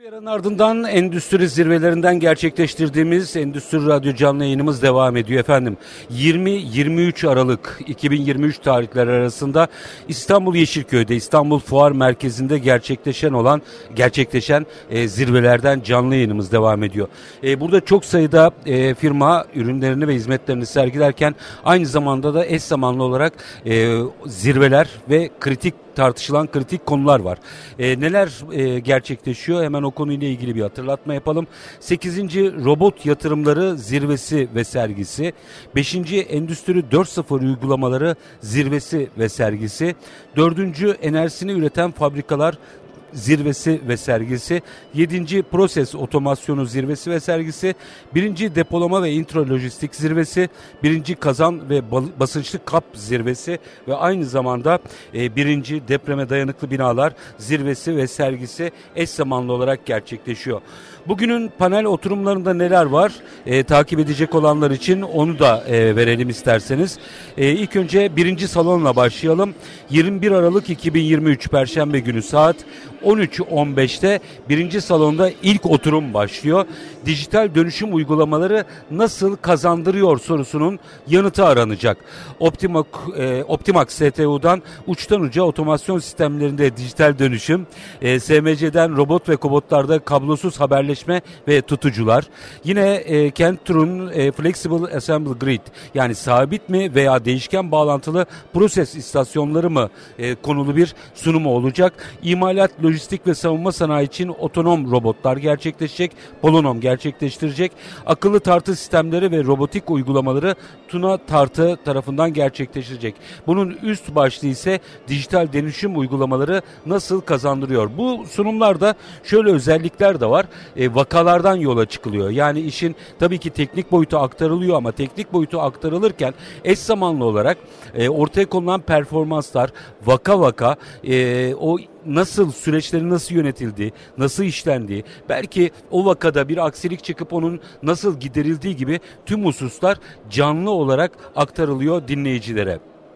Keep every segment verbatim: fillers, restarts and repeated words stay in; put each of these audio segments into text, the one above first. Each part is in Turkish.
Aranın ardından endüstri zirvelerinden gerçekleştirdiğimiz Endüstri Radyo canlı yayınımız devam ediyor efendim. yirmi yirmi üç Aralık iki bin yirmi üç tarihleri arasında İstanbul Yeşilköy'de İstanbul Fuar Merkezi'nde gerçekleşen olan gerçekleşen e, zirvelerden canlı yayınımız devam ediyor. E, burada çok sayıda e, firma ürünlerini ve hizmetlerini sergilerken aynı zamanda da eş zamanlı olarak e, zirveler ve kritik tartışılan kritik konular var. E, neler e, gerçekleşiyor? Hemen o konuyla ilgili bir hatırlatma yapalım. sekizinci Robot Yatırımları Zirvesi ve Sergisi, beşinci Endüstri dört nokta sıfır Uygulamaları Zirvesi ve Sergisi, dördüncü Enerjisini Üreten Fabrikalar Zirvesi ve Sergisi, yedinci Proses Otomasyonu Zirvesi ve Sergisi, birinci Depolama ve Intralojistik Zirvesi, birinci Kazan ve Basınçlı Kap Zirvesi ve aynı zamanda e, birinci Depreme Dayanıklı Binalar Zirvesi ve Sergisi eş zamanlı olarak gerçekleşiyor. Bugünün panel oturumlarında neler var? E, takip edecek olanlar için onu da e, verelim isterseniz. E, ilk önce birinci salonla başlayalım. yirmi bir Aralık iki bin yirmi üç Perşembe günü saat on üç on beşte birinci salonda ilk oturum başlıyor. Dijital dönüşüm uygulamaları nasıl kazandırıyor sorusunun yanıtı aranacak. Optimax, e, Optimax S T U'dan uçtan uca otomasyon sistemlerinde dijital dönüşüm, e, S M C'den robot ve kobotlarda kablosuz haberleşme ve tutucular. Yine e, Kentrun e, Flexible Assembly Grid, yani sabit mi veya değişken bağlantılı proses istasyonları mı e, konulu bir sunumu olacak. İmalat, lojistik ve savunma sanayi için otonom robotlar gerçekleşecek. Polonom gerçekleştirecek. Akıllı tartı sistemleri ve robotik uygulamaları Tuna Tartı tarafından gerçekleştirecek. Bunun üst başlığı ise dijital dönüşüm uygulamaları nasıl kazandırıyor. Bu sunumlarda şöyle özellikler de var. E, vakalardan yola çıkılıyor. Yani işin tabii ki teknik boyutu aktarılıyor ama teknik boyutu aktarılırken eş zamanlı olarak e, ortaya konulan performanslar vaka vaka e, o nasıl süreçlerin nasıl yönetildiği, nasıl işlendiği, belki o vakada bir aksilik çıkıp onun nasıl giderildiği gibi tüm hususlar canlı olarak aktarılıyor dinleyicilere.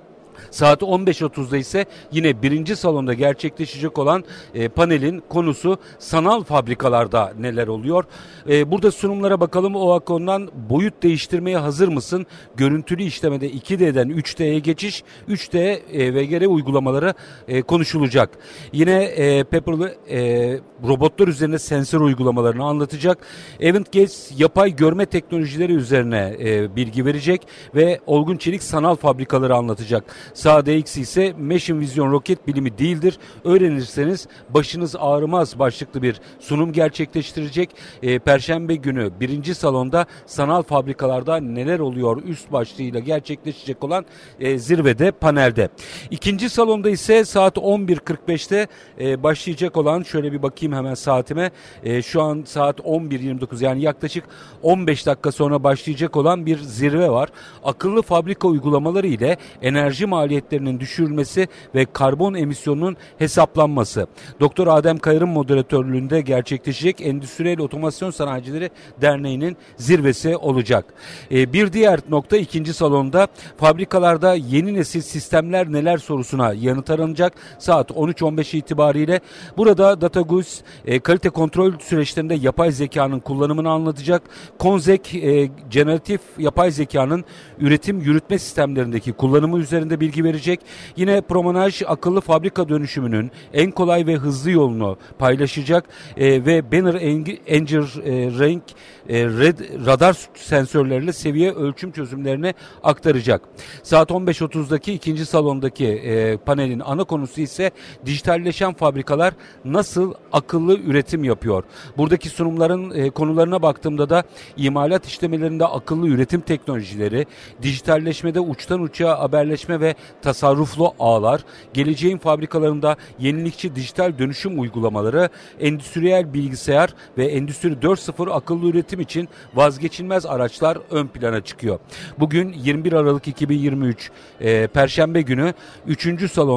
Saat on beş otuzda ise yine birinci salonda gerçekleşecek olan e, panelin konusu sanal fabrikalarda neler oluyor? E, burada sunumlara bakalım. O konudan boyut değiştirmeye hazır mısın? Görüntülü işlemede iki D'den üç D'ye geçiş, üç D e, ve geri uygulamaları e, konuşulacak. Yine e, Pepper'lı e, robotlar üzerine sensör uygulamalarını anlatacak. Event Gates yapay görme teknolojileri üzerine e, bilgi verecek ve Olgun Çelik sanal fabrikaları anlatacak. Sağ D X ise Machine Vision roket bilimi değildir. Öğrenirseniz başınız ağrımaz başlıklı bir sunum gerçekleştirecek. E, Perşembe günü birinci salonda sanal fabrikalarda neler oluyor üst başlığıyla gerçekleşecek olan e, zirvede panelde. İkinci salonda ise saat on bir kırk beşte e, başlayacak olan, şöyle bir bakayım hemen saatime. E, şu an saat on bir yirmi dokuz, yani yaklaşık on beş dakika sonra başlayacak olan bir zirve var. Akıllı fabrika uygulamaları ile enerji maliyetlerinin düşürülmesi ve karbon emisyonunun hesaplanması. Doktor Adem Kayır'ın moderatörlüğünde gerçekleşecek Endüstriyel Otomasyon Sanayicileri Derneği'nin zirvesi olacak. Ee, bir diğer nokta ikinci salonda fabrikalarda yeni nesil sistemler neler sorusuna yanıt aranacak. Saat on üç on beş itibariyle burada DataGuz e, kalite kontrol süreçlerinde yapay zekanın kullanımını anlatacak. Konzek e, generatif yapay zekanın üretim yürütme sistemlerindeki kullanımı üzerinde bilgi verecek. Yine Promanaj akıllı fabrika dönüşümünün en kolay ve hızlı yolunu paylaşacak e, ve Banner Engine e, renk e, red, radar sensörleriyle seviye ölçüm çözümlerini aktaracak. Saat on beş otuzdaki ikinci salondaki e, panelin ana konusu ise dijitalleşen fabrikalar nasıl akıllı üretim yapıyor. Buradaki sunumların e, konularına baktığımda da imalat işlemelerinde akıllı üretim teknolojileri, dijitalleşmede uçtan uça haberleşme ve tasarruflu ağlar, geleceğin fabrikalarında yenilikçi dijital dönüşüm uygulamaları, endüstriyel bilgisayar ve Endüstri dört nokta sıfır akıllı üretim için vazgeçilmez araçlar ön plana çıkıyor. Bugün yirmi bir Aralık iki bin yirmi üç e, Perşembe günü üçüncü salonda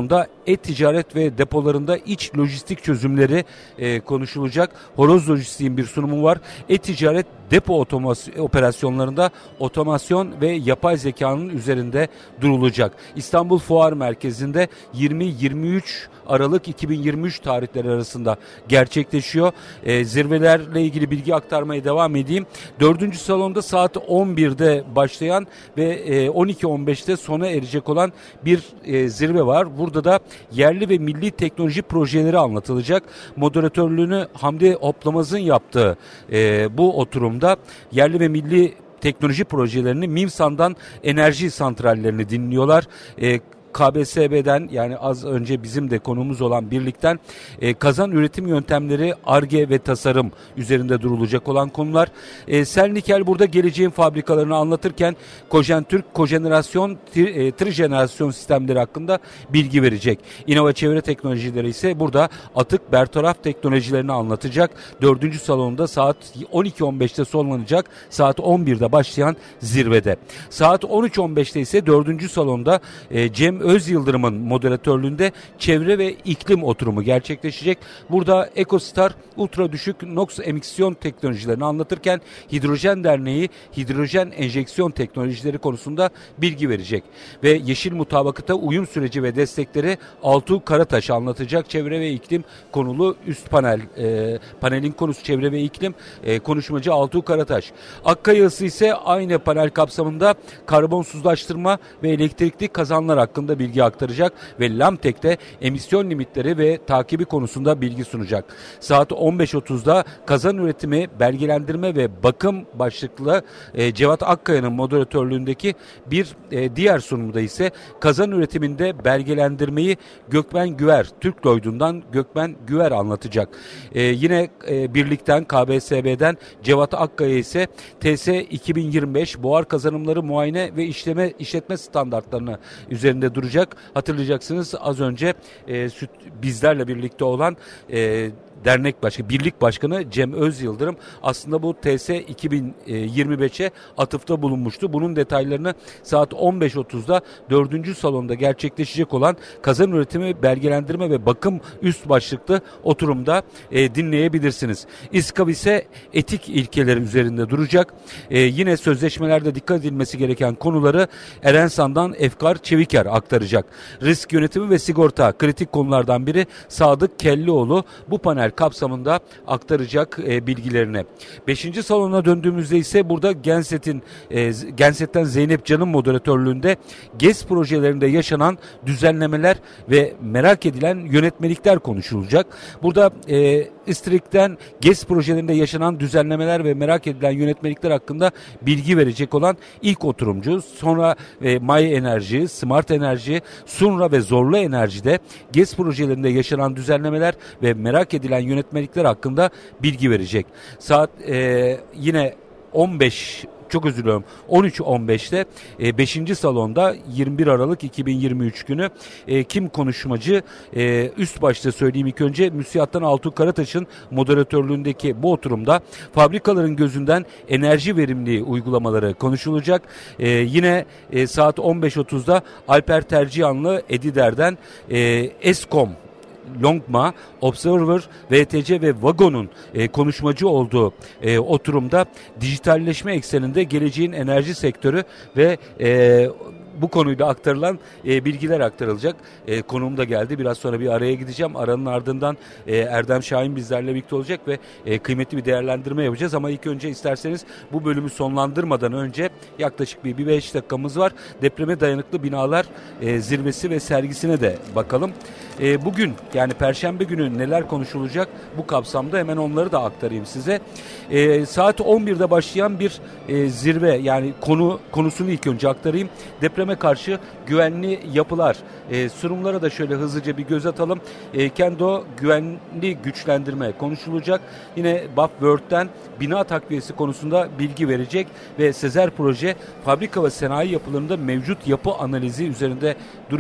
e-ticaret ve depolarında iç lojistik çözümleri e, konuşulacak. Horoz Lojistik'in bir sunumu var. E-ticaret depo otomasyon, operasyonlarında otomasyon ve yapay zekanın üzerinde durulacak. İstanbul Fuar Merkezi'nde yirmi yirmi üç Aralık iki bin yirmi üç tarihleri arasında gerçekleşiyor. E, zirvelerle ilgili bilgi aktarmaya devam edeyim. Dördüncü salonda saat on birde başlayan ve e, on iki on beşte sona erecek olan bir e, zirve var. Burada da yerli ve milli teknoloji projeleri anlatılacak. Moderatörlüğünü Hamdi Hoplamaz'ın yaptığı e, bu oturumda yerli ve milli teknoloji projelerini Mimsan'dan enerji santrallerini dinliyorlar. E, K B S B'den, yani az önce bizim de konumuz olan birlikten e, kazan üretim yöntemleri, Ar-Ge ve tasarım üzerinde durulacak olan konular. E, Selnikel burada geleceğin fabrikalarını anlatırken Kojentürk kojenerasyon, tri, e, trijenerasyon sistemleri hakkında bilgi verecek. İnova Çevre Teknolojileri ise burada atık bertaraf teknolojilerini anlatacak. Dördüncü salonda saat on iki on beşte sonlanacak, saat on birde başlayan zirvede. Saat on üç on beşte ise dördüncü salonda e, Cem Öz Yıldırım'ın moderatörlüğünde çevre ve iklim oturumu gerçekleşecek. Burada Ecostar ultra düşük NOx emisyon teknolojilerini anlatırken Hidrojen Derneği hidrojen enjeksiyon teknolojileri konusunda bilgi verecek. Ve yeşil mutabakata uyum süreci ve destekleri Altuğ Karataş anlatacak. Çevre ve iklim konulu üst panel, e, panelin konusu çevre ve iklim, e, konuşmacı Altuğ Karataş. Akkayası ise aynı panel kapsamında karbonsuzlaştırma ve elektrikli kazanlar hakkında bilgi aktaracak ve Lamtek'te emisyon limitleri ve takibi konusunda bilgi sunacak. Saat on beş otuzda kazan üretimi, belgelendirme ve bakım başlıklı e, Cevat Akkaya'nın moderatörlüğündeki bir e, diğer sunumda ise kazan üretiminde belgelendirmeyi Gökmen Güver, Türk Lloyd'undan Gökmen Güver anlatacak. E, yine e, birlikten K B S B'den Cevat Akkaya ise T S iki bin yirmi beş buhar kazanımları muayene ve işleme işletme standartlarını üzerinde duracak. Hatırlayacaksınız az önce e, süt, bizlerle birlikte olan e, dernek başkanı, birlik başkanı Cem Öz Yıldırım aslında bu T S iki bin yirmi beşe atıfta bulunmuştu. Bunun detaylarını saat on beş otuzda dördüncü salonda gerçekleşecek olan kazan üretimi, belgelendirme ve bakım üst başlıklı oturumda e, dinleyebilirsiniz. İSKAV ise etik ilkeleri üzerinde duracak. E, yine sözleşmelerde dikkat edilmesi gereken konuları Erensan'dan Efkar Çeviker aktaracak. Risk yönetimi ve sigorta kritik konulardan biri Sadık Kellioğlu bu panel kapsamında aktaracak e, bilgilerini. Beşinci salona döndüğümüzde ise burada Genset'in e, Genset'ten Zeynep Can'ın moderatörlüğünde GES projelerinde yaşanan düzenlemeler ve merak edilen yönetmelikler konuşulacak. Burada e, İSTRİK'ten GES projelerinde yaşanan düzenlemeler ve merak edilen yönetmelikler hakkında bilgi verecek olan ilk oturumcu. Sonra e, May Enerji, Smart Enerji, Sunra ve Zorlu Enerji'de GES projelerinde yaşanan düzenlemeler ve merak edilen yönetmelikler hakkında bilgi verecek. Saat e, yine on beş çok özür diliyorum on üç on beşte e, beşinci salonda yirmi bir Aralık iki bin yirmi üç günü e, kim konuşmacı? E, üst başta söyleyeyim ilk önce MÜSİAD'dan Altuğ Karataş'ın moderatörlüğündeki bu oturumda fabrikaların gözünden enerji verimliliği uygulamaları konuşulacak. E, yine e, saat on beş otuzda Alper Tercihanlı Edider'den e, Eskom Longma, Observer, V T C ve Vagon'un e, konuşmacı olduğu e, oturumda dijitalleşme ekseninde geleceğin enerji sektörü ve e, bu konuyla aktarılan e, bilgiler aktarılacak. E, konuğum da geldi. Biraz sonra bir araya gideceğim. Aranın ardından e, Erdem Şahin bizlerle birlikte olacak ve e, kıymetli bir değerlendirme yapacağız. Ama ilk önce isterseniz bu bölümü sonlandırmadan önce yaklaşık bir beş dakikamız var. Depreme dayanıklı binalar e, zirvesi ve sergisine de bakalım. E, bugün yani Perşembe günü neler konuşulacak bu kapsamda hemen onları da aktarayım size. E, saat on birde başlayan bir e, zirve, yani konu konusunu ilk önce aktarayım. Depreme karşı güvenli yapılar. E, sunumlara da şöyle hızlıca bir göz atalım. E, Kendo güvenli güçlendirme konuşulacak. Yine Buffworth'ten bina takviyesi konusunda bilgi verecek ve Sezer Proje fabrika ve sanayi yapılarında mevcut yapı analizi üzerinde duracak.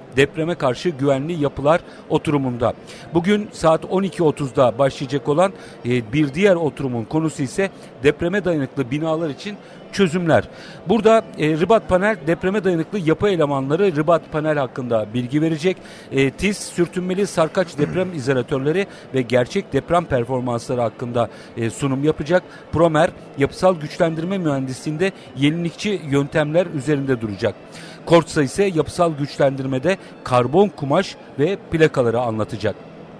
depreme karşı güvenli yapılar oturumunda. Bugün saat on iki otuzda başlayacak olan e, bir diğer oturumun konusu ise depreme dayanıklı binalar için çözümler. Burada e, Rıbat Panel depreme dayanıklı yapı elemanları Rıbat Panel hakkında bilgi verecek. E, T İ S, sürtünmeli sarkaç deprem izolatörleri ve gerçek deprem performansları hakkında e, sunum yapacak. Promer, yapısal güçlendirme mühendisliğinde yenilikçi yöntemler üzerinde duracak. Kortsa ise yapısal güçlendirmede karbon kumaş ve plakaları anlatacak.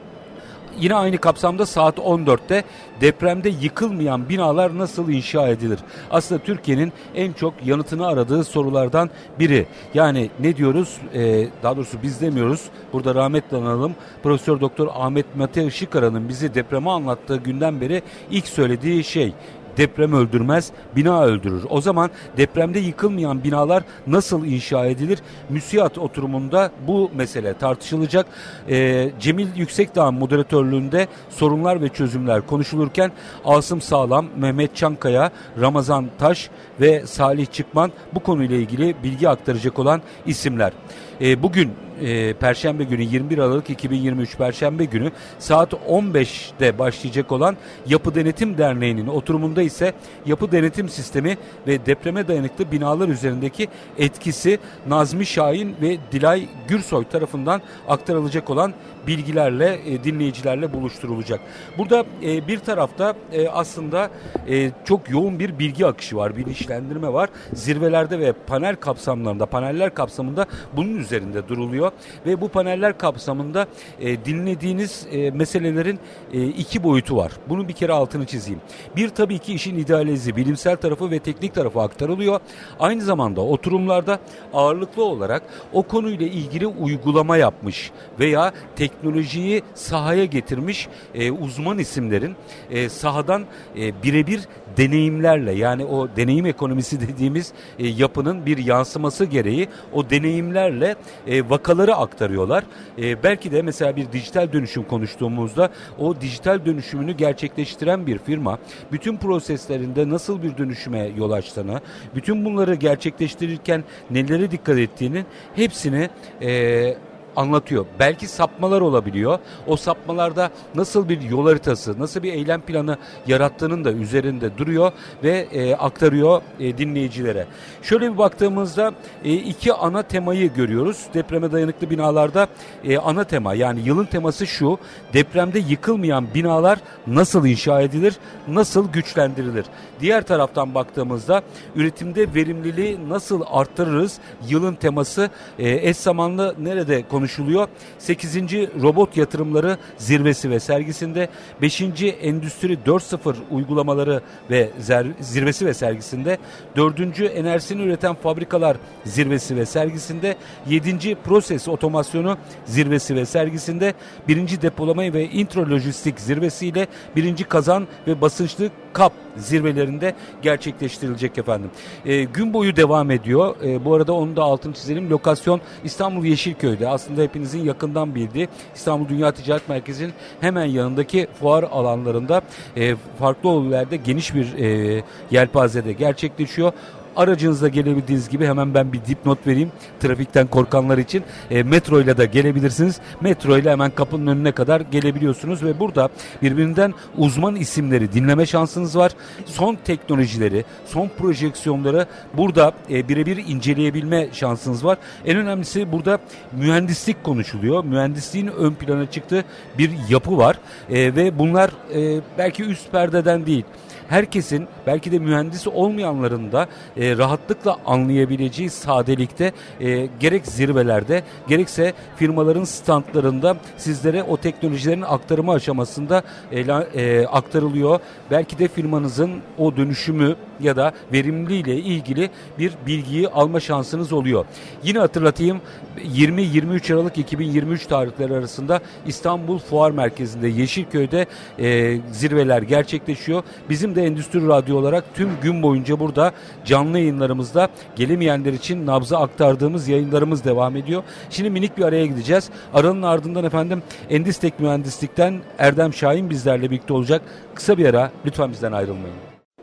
Yine aynı kapsamda saat on dörtte depremde yıkılmayan binalar nasıl inşa edilir? Aslında Türkiye'nin en çok yanıtını aradığı sorulardan biri. Yani ne diyoruz? Ee, daha doğrusu biz demiyoruz. Burada rahmetle analım. Profesör Doktor Ahmet Mete Işıkara'nın bizi depremi anlattığı günden beri ilk söylediği şey: deprem öldürmez, bina öldürür. O zaman depremde yıkılmayan binalar nasıl inşa edilir? MÜSİAD oturumunda bu mesele tartışılacak. Ee, Cemil Yüksekdağ'ın moderatörlüğünde sorunlar ve çözümler konuşulurken Asım Sağlam, Mehmet Çankaya, Ramazan Taş ve Salih Çıkman bu konuyla ilgili bilgi aktaracak olan isimler. Ee, bugün e, Perşembe günü yirmi bir Aralık iki bin yirmi üç Perşembe günü saat on beşte başlayacak olan Yapı Denetim Derneği'nin oturumunda ise yapı denetim sistemi ve depreme dayanıklı binalar üzerindeki etkisi Nazmi Şahin ve Dilay Gürsoy tarafından aktarılacak olan bilgilerle e, dinleyicilerle buluşturulacak. Burada e, bir tarafta e, aslında e, çok yoğun bir bilgi akışı var, bilinçlendirme var. Zirvelerde ve panel kapsamlarında, paneller kapsamında bunun üzerinde duruluyor ve bu paneller kapsamında e, dinlediğiniz e, meselelerin e, iki boyutu var. Bunun bir kere altını çizeyim. Bir, tabii ki işin idealizi, bilimsel tarafı ve teknik tarafı aktarılıyor. Aynı zamanda oturumlarda ağırlıklı olarak o konuyla ilgili uygulama yapmış veya teknolojiyi sahaya getirmiş e, uzman isimlerin e, sahadan e, birebir deneyimlerle, yani o deneyim ekonomisi dediğimiz e, yapının bir yansıması gereği o deneyimlerle e, vakaları aktarıyorlar. E, belki de mesela bir dijital dönüşüm konuştuğumuzda o dijital dönüşümünü gerçekleştiren bir firma bütün proseslerinde nasıl bir dönüşüme yol açtığını, bütün bunları gerçekleştirirken nelere dikkat ettiğinin hepsini e, anlatıyor. Belki sapmalar olabiliyor. O sapmalarda nasıl bir yol haritası, nasıl bir eylem planı yarattığının da üzerinde duruyor ve e, aktarıyor e, dinleyicilere. Şöyle bir baktığımızda e, iki ana temayı görüyoruz. Depreme dayanıklı binalarda e, ana tema, yani yılın teması şu: depremde yıkılmayan binalar nasıl inşa edilir, nasıl güçlendirilir? Diğer taraftan baktığımızda üretimde verimliliği nasıl arttırırız? Yılın teması e, eş zamanlı nerede konuşuluyor? sekizinci Robot Yatırımları Zirvesi ve sergisinde, beşinci Endüstri dört nokta sıfır uygulamaları ve zirvesi ve sergisinde, dördüncü Enerjisini üreten fabrikalar zirvesi ve sergisinde, yedinci Proses otomasyonu zirvesi ve sergisinde, birinci Depolama ve intralojistik zirvesiyle birinci Kazan ve basınçlı kap zirvelerinde gerçekleştirilecek efendim. E, gün boyu devam ediyor. E, bu arada onu da altını çizelim. Lokasyon İstanbul Yeşilköy'de. Aslında hepinizin yakından bildiği İstanbul Dünya Ticaret Merkezi'nin hemen yanındaki fuar alanlarında e, farklı yerlerde geniş bir e, yelpazede gerçekleşiyor. Aracınızda gelebildiğiniz gibi hemen ben bir dipnot vereyim trafikten korkanlar için. E, metro ile de gelebilirsiniz. Metro ile hemen kapının önüne kadar gelebiliyorsunuz ve burada birbirinden uzman isimleri dinleme şansınız var. Son teknolojileri, son projeksiyonları burada e, birebir inceleyebilme şansınız var. En önemlisi burada mühendislik konuşuluyor. Mühendisliğin ön plana çıktığı bir yapı var e, ve bunlar e, belki üst perdeden değil, herkesin, belki de mühendis olmayanların da e, rahatlıkla anlayabileceği sadelikte e, gerek zirvelerde gerekse firmaların standlarında sizlere o teknolojilerin aktarımı aşamasında e, e, aktarılıyor. Belki de firmanızın o dönüşümü ya da verimliliğiyle ilgili bir bilgiyi alma şansınız oluyor. Yine hatırlatayım, yirmi yirmi üç Aralık iki bin yirmi üç tarihleri arasında İstanbul Fuar Merkezi'nde Yeşilköy'de e, zirveler gerçekleşiyor. Bizim de Endüstri Radyo olarak tüm gün boyunca burada canlı yayınlarımızda gelemeyenler için nabza aktardığımız yayınlarımız devam ediyor. Şimdi minik bir araya gideceğiz. Aranın ardından efendim Endistek Mühendislik'ten Erdem Şahin bizlerle birlikte olacak. Kısa bir ara, lütfen bizden ayrılmayın.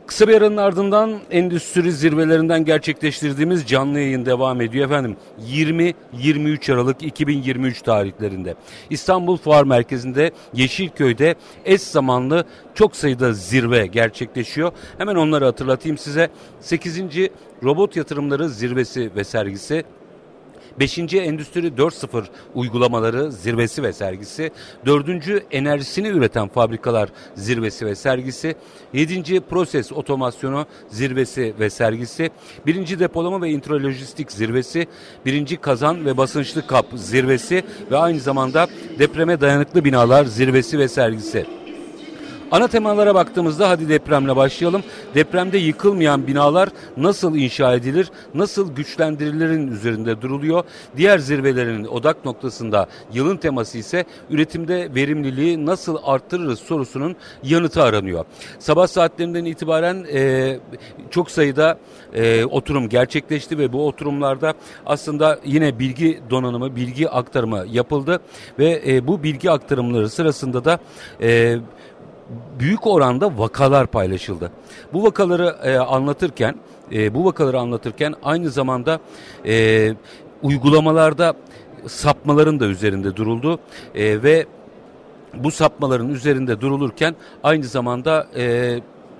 Kısa bir aranın ardından endüstri zirvelerinden gerçekleştirdiğimiz canlı yayın devam ediyor efendim. yirmi yirmi üç Aralık iki bin yirmi üç tarihlerinde İstanbul Fuar Merkezi'nde Yeşilköy'de eş zamanlı çok sayıda zirve gerçekleşiyor. Hemen onları hatırlatayım size. sekizinci Robot Yatırımları Zirvesi ve Sergisi, beşinci Endüstri dört nokta sıfır uygulamaları zirvesi ve sergisi, dördüncü Enerjisini üreten fabrikalar zirvesi ve sergisi, yedinci Proses otomasyonu zirvesi ve sergisi, birinci Depolama ve intralojistik zirvesi, birinci Kazan ve basınçlı kap zirvesi ve aynı zamanda depreme dayanıklı binalar zirvesi ve sergisi. Ana temalara baktığımızda hadi depremle başlayalım. Depremde yıkılmayan binalar nasıl inşa edilir, nasıl güçlendirilirin üzerinde duruluyor. Diğer zirvelerin odak noktasında yılın teması ise üretimde verimliliği nasıl arttırırız sorusunun yanıtı aranıyor. Sabah saatlerinden itibaren e, çok sayıda e, oturum gerçekleşti ve bu oturumlarda aslında yine bilgi donanımı, bilgi aktarımı yapıldı ve e, bu bilgi aktarımları sırasında da e, büyük oranda vakalar paylaşıldı. Bu vakaları e, anlatırken, e, bu vakaları anlatırken aynı zamanda e, uygulamalarda sapmaların da üzerinde duruldu e, ve bu sapmaların üzerinde durulurken aynı zamanda e,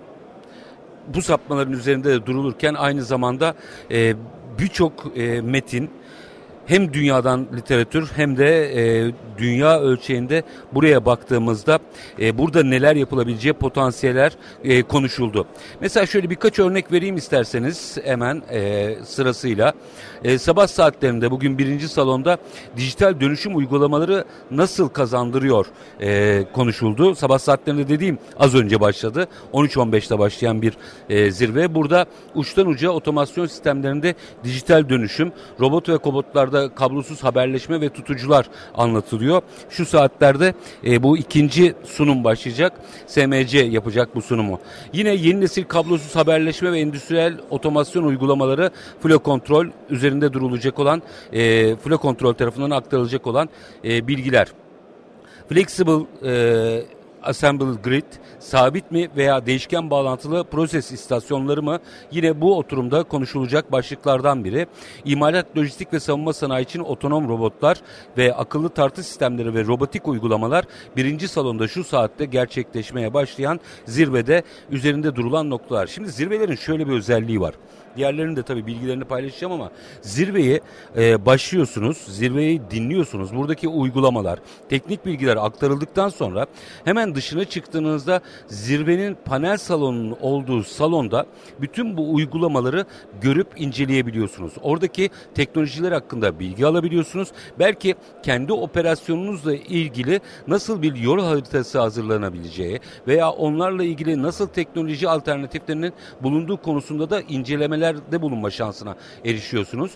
bu sapmaların üzerinde de durulurken aynı zamanda e, birçok e, metin hem dünyadan literatür hem de e, dünya ölçeğinde buraya baktığımızda e, burada neler yapılabileceği potansiyeller e, konuşuldu. Mesela şöyle birkaç örnek vereyim isterseniz hemen e, sırasıyla. E, sabah saatlerinde bugün birinci salonda dijital dönüşüm uygulamaları nasıl kazandırıyor e, konuşuldu. Sabah saatlerinde dediğim az önce başladı. on üç on beşte başlayan bir e, zirve. Burada uçtan uca otomasyon sistemlerinde dijital dönüşüm, robot ve kobotlarda kablosuz haberleşme ve tutucular anlatılıyor. Şu saatlerde e, bu ikinci sunum başlayacak. S M C yapacak bu sunumu. Yine yeni nesil kablosuz haberleşme ve endüstriyel otomasyon uygulamaları Flow Control üzerinde durulacak olan e, Flow Control tarafından aktarılacak olan e, bilgiler. Flexible e, Assemble Grid, sabit mi veya değişken bağlantılı proses istasyonları mı? Yine bu oturumda konuşulacak başlıklardan biri. İmalat, lojistik ve savunma sanayi için otonom robotlar ve akıllı tartı sistemleri ve robotik uygulamalar birinci salonda şu saatte gerçekleşmeye başlayan zirvede üzerinde durulan noktalar. Şimdi zirvelerin şöyle bir özelliği var. Diğerlerinin de tabii bilgilerini paylaşacağım ama zirveyi e, başlıyorsunuz, zirveyi dinliyorsunuz. Buradaki uygulamalar, teknik bilgiler aktarıldıktan sonra hemen dışına çıktığınızda zirvenin panel salonunun olduğu salonda bütün bu uygulamaları görüp inceleyebiliyorsunuz. Oradaki teknolojiler hakkında bilgi alabiliyorsunuz. Belki kendi operasyonunuzla ilgili nasıl bir yol haritası hazırlanabileceği veya onlarla ilgili nasıl teknoloji alternatiflerinin bulunduğu konusunda da incelemeler de bulunma şansına erişiyorsunuz.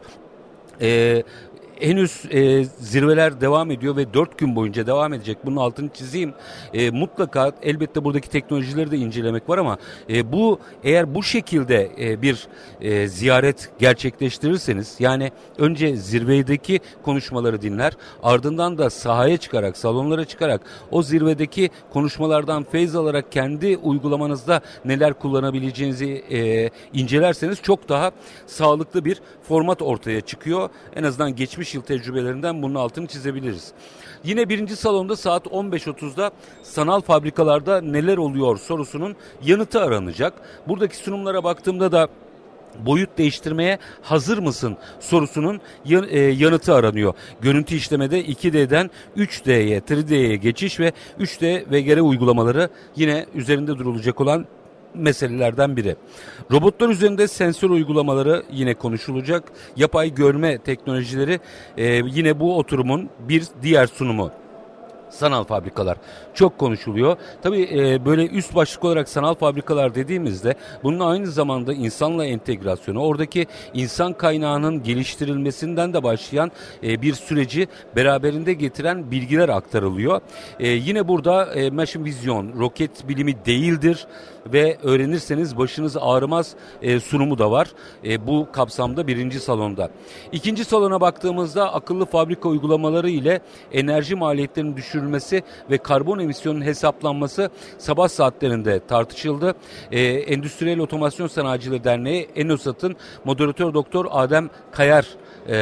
Ee, henüz e, zirveler devam ediyor ve dört gün boyunca devam edecek. Bunun altını çizeyim. E, mutlaka elbette buradaki teknolojileri de incelemek var ama e, bu eğer bu şekilde e, bir e, ziyaret gerçekleştirirseniz, yani önce zirvedeki konuşmaları dinler, ardından da sahaya çıkarak, salonlara çıkarak o zirvedeki konuşmalardan feyz alarak kendi uygulamanızda neler kullanabileceğinizi e, incelerseniz çok daha sağlıklı bir format ortaya çıkıyor. En azından geçmiş yıl tecrübelerinden bunun altını çizebiliriz. Yine birinci salonda saat on beş otuzda sanal fabrikalarda neler oluyor sorusunun yanıtı aranacak. Buradaki sunumlara baktığımda da boyut değiştirmeye hazır mısın sorusunun yanıtı aranıyor. Görüntü işlemede iki D'den üç D'ye, üç D'ye geçiş ve üç D V G R uygulamaları yine üzerinde durulacak olan meselelerden biri. Robotlar üzerinde sensör uygulamaları yine konuşulacak. Yapay görme teknolojileri e, yine bu oturumun bir diğer sunumu. Sanal fabrikalar çok konuşuluyor. Tabii e, böyle üst başlık olarak sanal fabrikalar dediğimizde bunun aynı zamanda insanla entegrasyonu, oradaki insan kaynağının geliştirilmesinden de başlayan e, bir süreci beraberinde getiren bilgiler aktarılıyor. E, yine burada e, Machine Vision roket bilimi değildir ve öğrenirseniz başınız ağrımaz e, sunumu da var. E, bu kapsamda birinci salonda. İkinci salona baktığımızda akıllı fabrika uygulamaları ile enerji maliyetlerini düşürmek düşürülmesi ve karbon emisyonunun hesaplanması sabah saatlerinde tartışıldı. E, Endüstriyel Otomasyon Sanayicileri Derneği ENOSAT'ın moderatör doktor Adem Kayar e,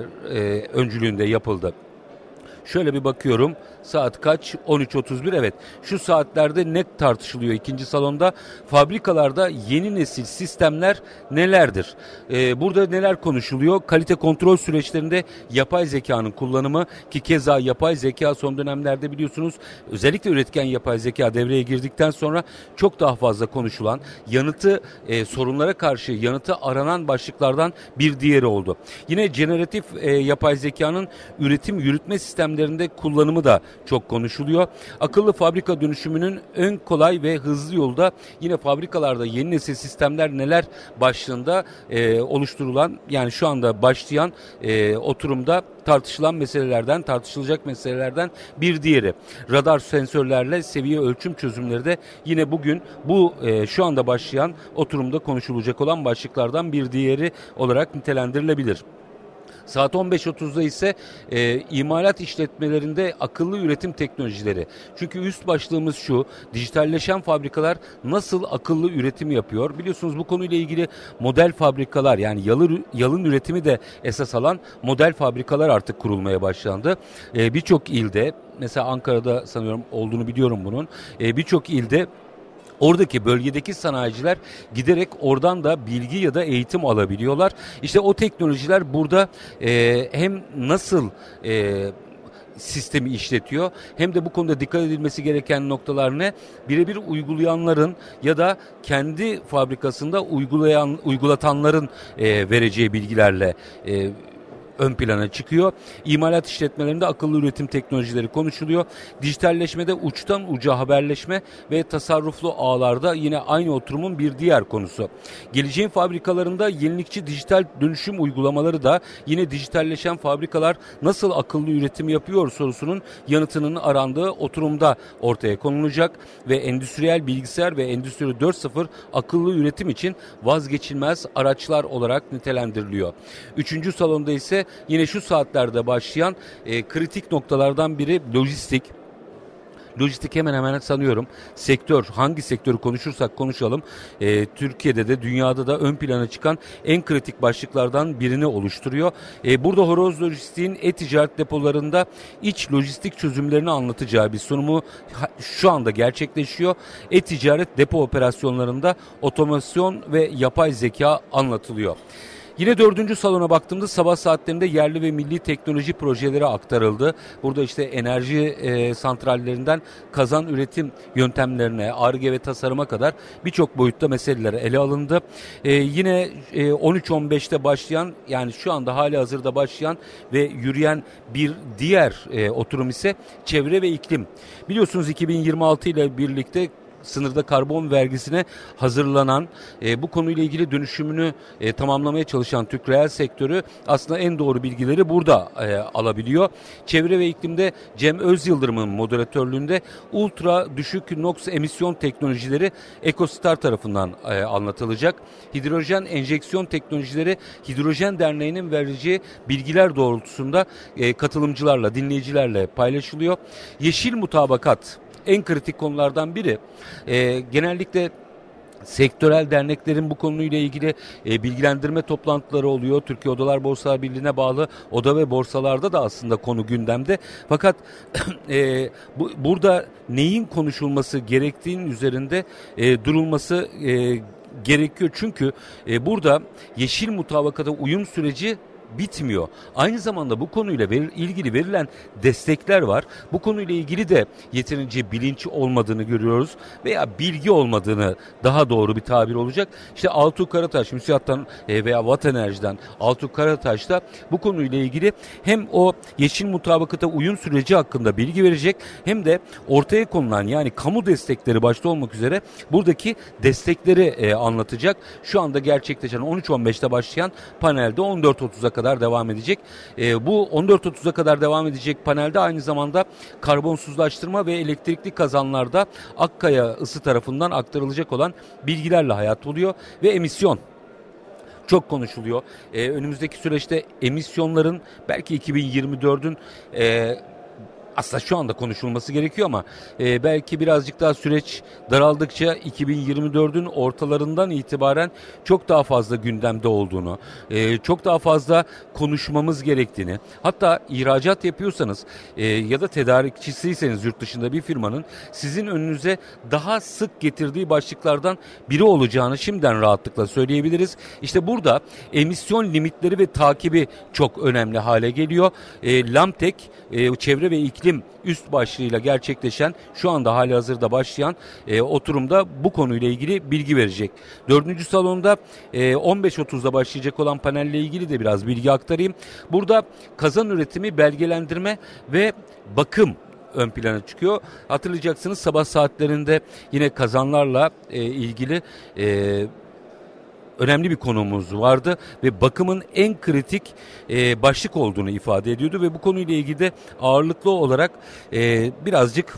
e, öncülüğünde yapıldı. Şöyle bir bakıyorum. Saat kaç? on üç otuz bir. Evet. Şu saatlerde ne tartışılıyor ikinci salonda? Fabrikalarda yeni nesil sistemler nelerdir? Ee, burada neler konuşuluyor? Kalite kontrol süreçlerinde yapay zekanın kullanımı, ki keza yapay zeka son dönemlerde biliyorsunuz özellikle üretken yapay zeka devreye girdikten sonra çok daha fazla konuşulan, yanıtı e, sorunlara karşı yanıtı aranan başlıklardan bir diğeri oldu. Yine generatif e, yapay zekanın üretim yürütme sistemlerinde kullanımı da çok konuşuluyor. Akıllı fabrika dönüşümünün en kolay ve hızlı yolu da yine fabrikalarda yeni nesil sistemler neler başlığında e, oluşturulan, yani şu anda başlayan e, oturumda tartışılan meselelerden, tartışılacak meselelerden bir diğeri. Radar sensörlerle seviye ölçüm çözümleri de yine bugün bu e, şu anda başlayan oturumda konuşulacak olan başlıklardan bir diğeri olarak nitelendirilebilir. Saat on beş otuzda ise e, imalat işletmelerinde akıllı üretim teknolojileri. Çünkü üst başlığımız şu: dijitalleşen fabrikalar nasıl akıllı üretim yapıyor? Biliyorsunuz bu konuyla ilgili model fabrikalar, yani yalın, yalın üretimi de esas alan model fabrikalar artık kurulmaya başlandı. E, birçok ilde, mesela Ankara'da sanıyorum olduğunu biliyorum bunun. E, birçok ilde oradaki bölgedeki sanayiciler giderek oradan da bilgi ya da eğitim alabiliyorlar. İşte o teknolojiler burada e, hem nasıl e, sistemi işletiyor, hem de bu konuda dikkat edilmesi gereken noktalar ne? Birebir uygulayanların ya da kendi fabrikasında uygulayan uygulatanların e, vereceği bilgilerle e, ön plana çıkıyor. İmalat işletmelerinde akıllı üretim teknolojileri konuşuluyor. Dijitalleşmede uçtan uca haberleşme ve tasarruflu ağlarda yine aynı oturumun bir diğer konusu. Geleceğin fabrikalarında yenilikçi dijital dönüşüm uygulamaları da yine dijitalleşen fabrikalar nasıl akıllı üretim yapıyor sorusunun yanıtının arandığı oturumda ortaya konulacak ve endüstriyel bilgisayar ve Endüstri dört nokta sıfır akıllı üretim için vazgeçilmez araçlar olarak nitelendiriliyor. Üçüncü salonda ise yine şu saatlerde başlayan e, kritik noktalardan biri lojistik. Lojistik hemen hemen sanıyorum sektör, hangi sektörü konuşursak konuşalım e, Türkiye'de de dünyada da ön plana çıkan en kritik başlıklardan birini oluşturuyor. E, burada Horoz Lojistik'in e-ticaret depolarında iç lojistik çözümlerini anlatacağı bir sunumu ha, şu anda gerçekleşiyor. E-ticaret depo operasyonlarında otomasyon ve yapay zeka anlatılıyor. Yine dördüncü salona baktığımda sabah saatlerinde yerli ve milli teknoloji projeleri aktarıldı. Burada işte enerji e, santrallerinden kazan üretim yöntemlerine, Ar-Ge ve tasarıma kadar birçok boyutta meseleler ele alındı. E, yine e, on üç on beşte başlayan, yani şu anda hali hazırda başlayan ve yürüyen bir diğer e, oturum ise çevre ve iklim. Biliyorsunuz iki bin yirmi altı ile birlikte sınırda karbon vergisine hazırlanan, e, bu konuyla ilgili dönüşümünü e, tamamlamaya çalışan Türk reel sektörü aslında en doğru bilgileri burada e, alabiliyor. Çevre ve iklimde Cem Özyıldırım'ın moderatörlüğünde ultra düşük NOx emisyon teknolojileri Ecostar tarafından e, anlatılacak. Hidrojen enjeksiyon teknolojileri Hidrojen Derneği'nin vereceği bilgiler doğrultusunda e, katılımcılarla, dinleyicilerle paylaşılıyor. Yeşil mutabakat en kritik konulardan biri. E, genellikle sektörel derneklerin bu konuyla ilgili e, bilgilendirme toplantıları oluyor. Türkiye Odalar Borsalar Birliği'ne bağlı oda ve borsalarda da aslında konu gündemde. Fakat e, bu, burada neyin konuşulması gerektiğinin üzerinde e, durulması e, gerekiyor. Çünkü e, burada yeşil mutabakata uyum süreci bitmiyor. Aynı zamanda bu konuyla ver, ilgili verilen destekler var. Bu konuyla ilgili de yeterince bilinç olmadığını görüyoruz veya bilgi olmadığını, daha doğru bir tabir olacak. İşte Altuğ Karataş, MÜSİAD'dan e, veya Watt Enerji'den Altuğ Karataş da bu konuyla ilgili hem o yeşil mutabakata uyum süreci hakkında bilgi verecek, hem de ortaya konulan, yani kamu destekleri başta olmak üzere buradaki destekleri e, anlatacak. Şu anda gerçekleşen on üç on beşte başlayan panelde on dört otuza kadar devam edecek. E, bu on dört otuza kadar devam edecek panelde aynı zamanda karbonsuzlaştırma ve elektrikli kazanlarda Akkaya Isı tarafından aktarılacak olan bilgilerle hayat buluyor ve emisyon çok konuşuluyor. E, önümüzdeki süreçte emisyonların belki iki bin yirmi dördün e, aslında şu anda konuşulması gerekiyor ama e, belki birazcık daha süreç daraldıkça iki bin yirmi dördün ortalarından itibaren çok daha fazla gündemde olduğunu, e, çok daha fazla konuşmamız gerektiğini, hatta ihracat yapıyorsanız e, ya da tedarikçisiyseniz yurt dışında bir firmanın sizin önünüze daha sık getirdiği başlıklardan biri olacağını şimdiden rahatlıkla söyleyebiliriz. İşte burada emisyon limitleri ve takibi çok önemli hale geliyor. E, LAMTEK e, çevre ve iklim üst başlığıyla gerçekleşen, şu anda halihazırda başlayan e, oturumda bu konuyla ilgili bilgi verecek. Dördüncü salonda e, on beş otuzda başlayacak olan panelle ilgili de biraz bilgi aktarayım. Burada kazan üretimi, belgelendirme ve bakım ön plana çıkıyor. Hatırlayacaksınız, sabah saatlerinde yine kazanlarla e, ilgili e, önemli bir konumuz vardı ve bakımın en kritik e, başlık olduğunu ifade ediyordu ve bu konuyla ilgili de ağırlıklı olarak e, birazcık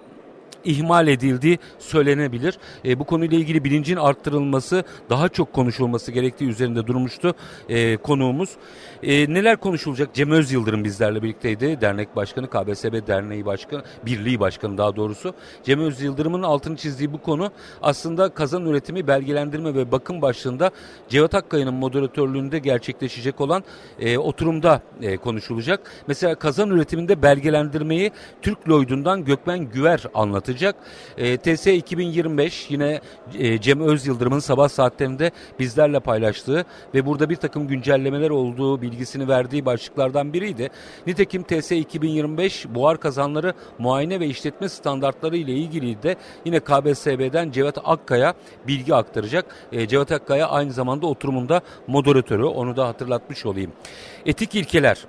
ihmal edildiği söylenebilir. E, bu konuyla ilgili bilincin arttırılması, daha çok konuşulması gerektiği üzerinde durmuştu e, konuğumuz. E, neler konuşulacak? Cem Özyıldırım bizlerle birlikteydi. Dernek Başkanı, K B S B Derneği Başkanı, Birliği Başkanı daha doğrusu. Cem Özyıldırım'ın altını çizdiği bu konu aslında kazan üretimi, belgelendirme ve bakım başlığında Cevat Akkaya'nın moderatörlüğünde gerçekleşecek olan e, oturumda e, konuşulacak. Mesela kazan üretiminde belgelendirmeyi Türk Lloyd'undan Gökmen Güver anlatacak. E, T S iki bin yirmi beş yine e, Cem Özyıldırım'ın sabah saatlerinde bizlerle paylaştığı ve burada bir takım güncellemeler olduğu bilgisini verdiği başlıklardan biriydi. Nitekim T S iki bin yirmi beş buhar kazanları muayene ve işletme standartları ile ilgili de yine K B S B'den Cevat Akkaya bilgi aktaracak. E, Cevat Akkaya aynı zamanda oturumunda moderatörü, onu da hatırlatmış olayım. Etik ilkeler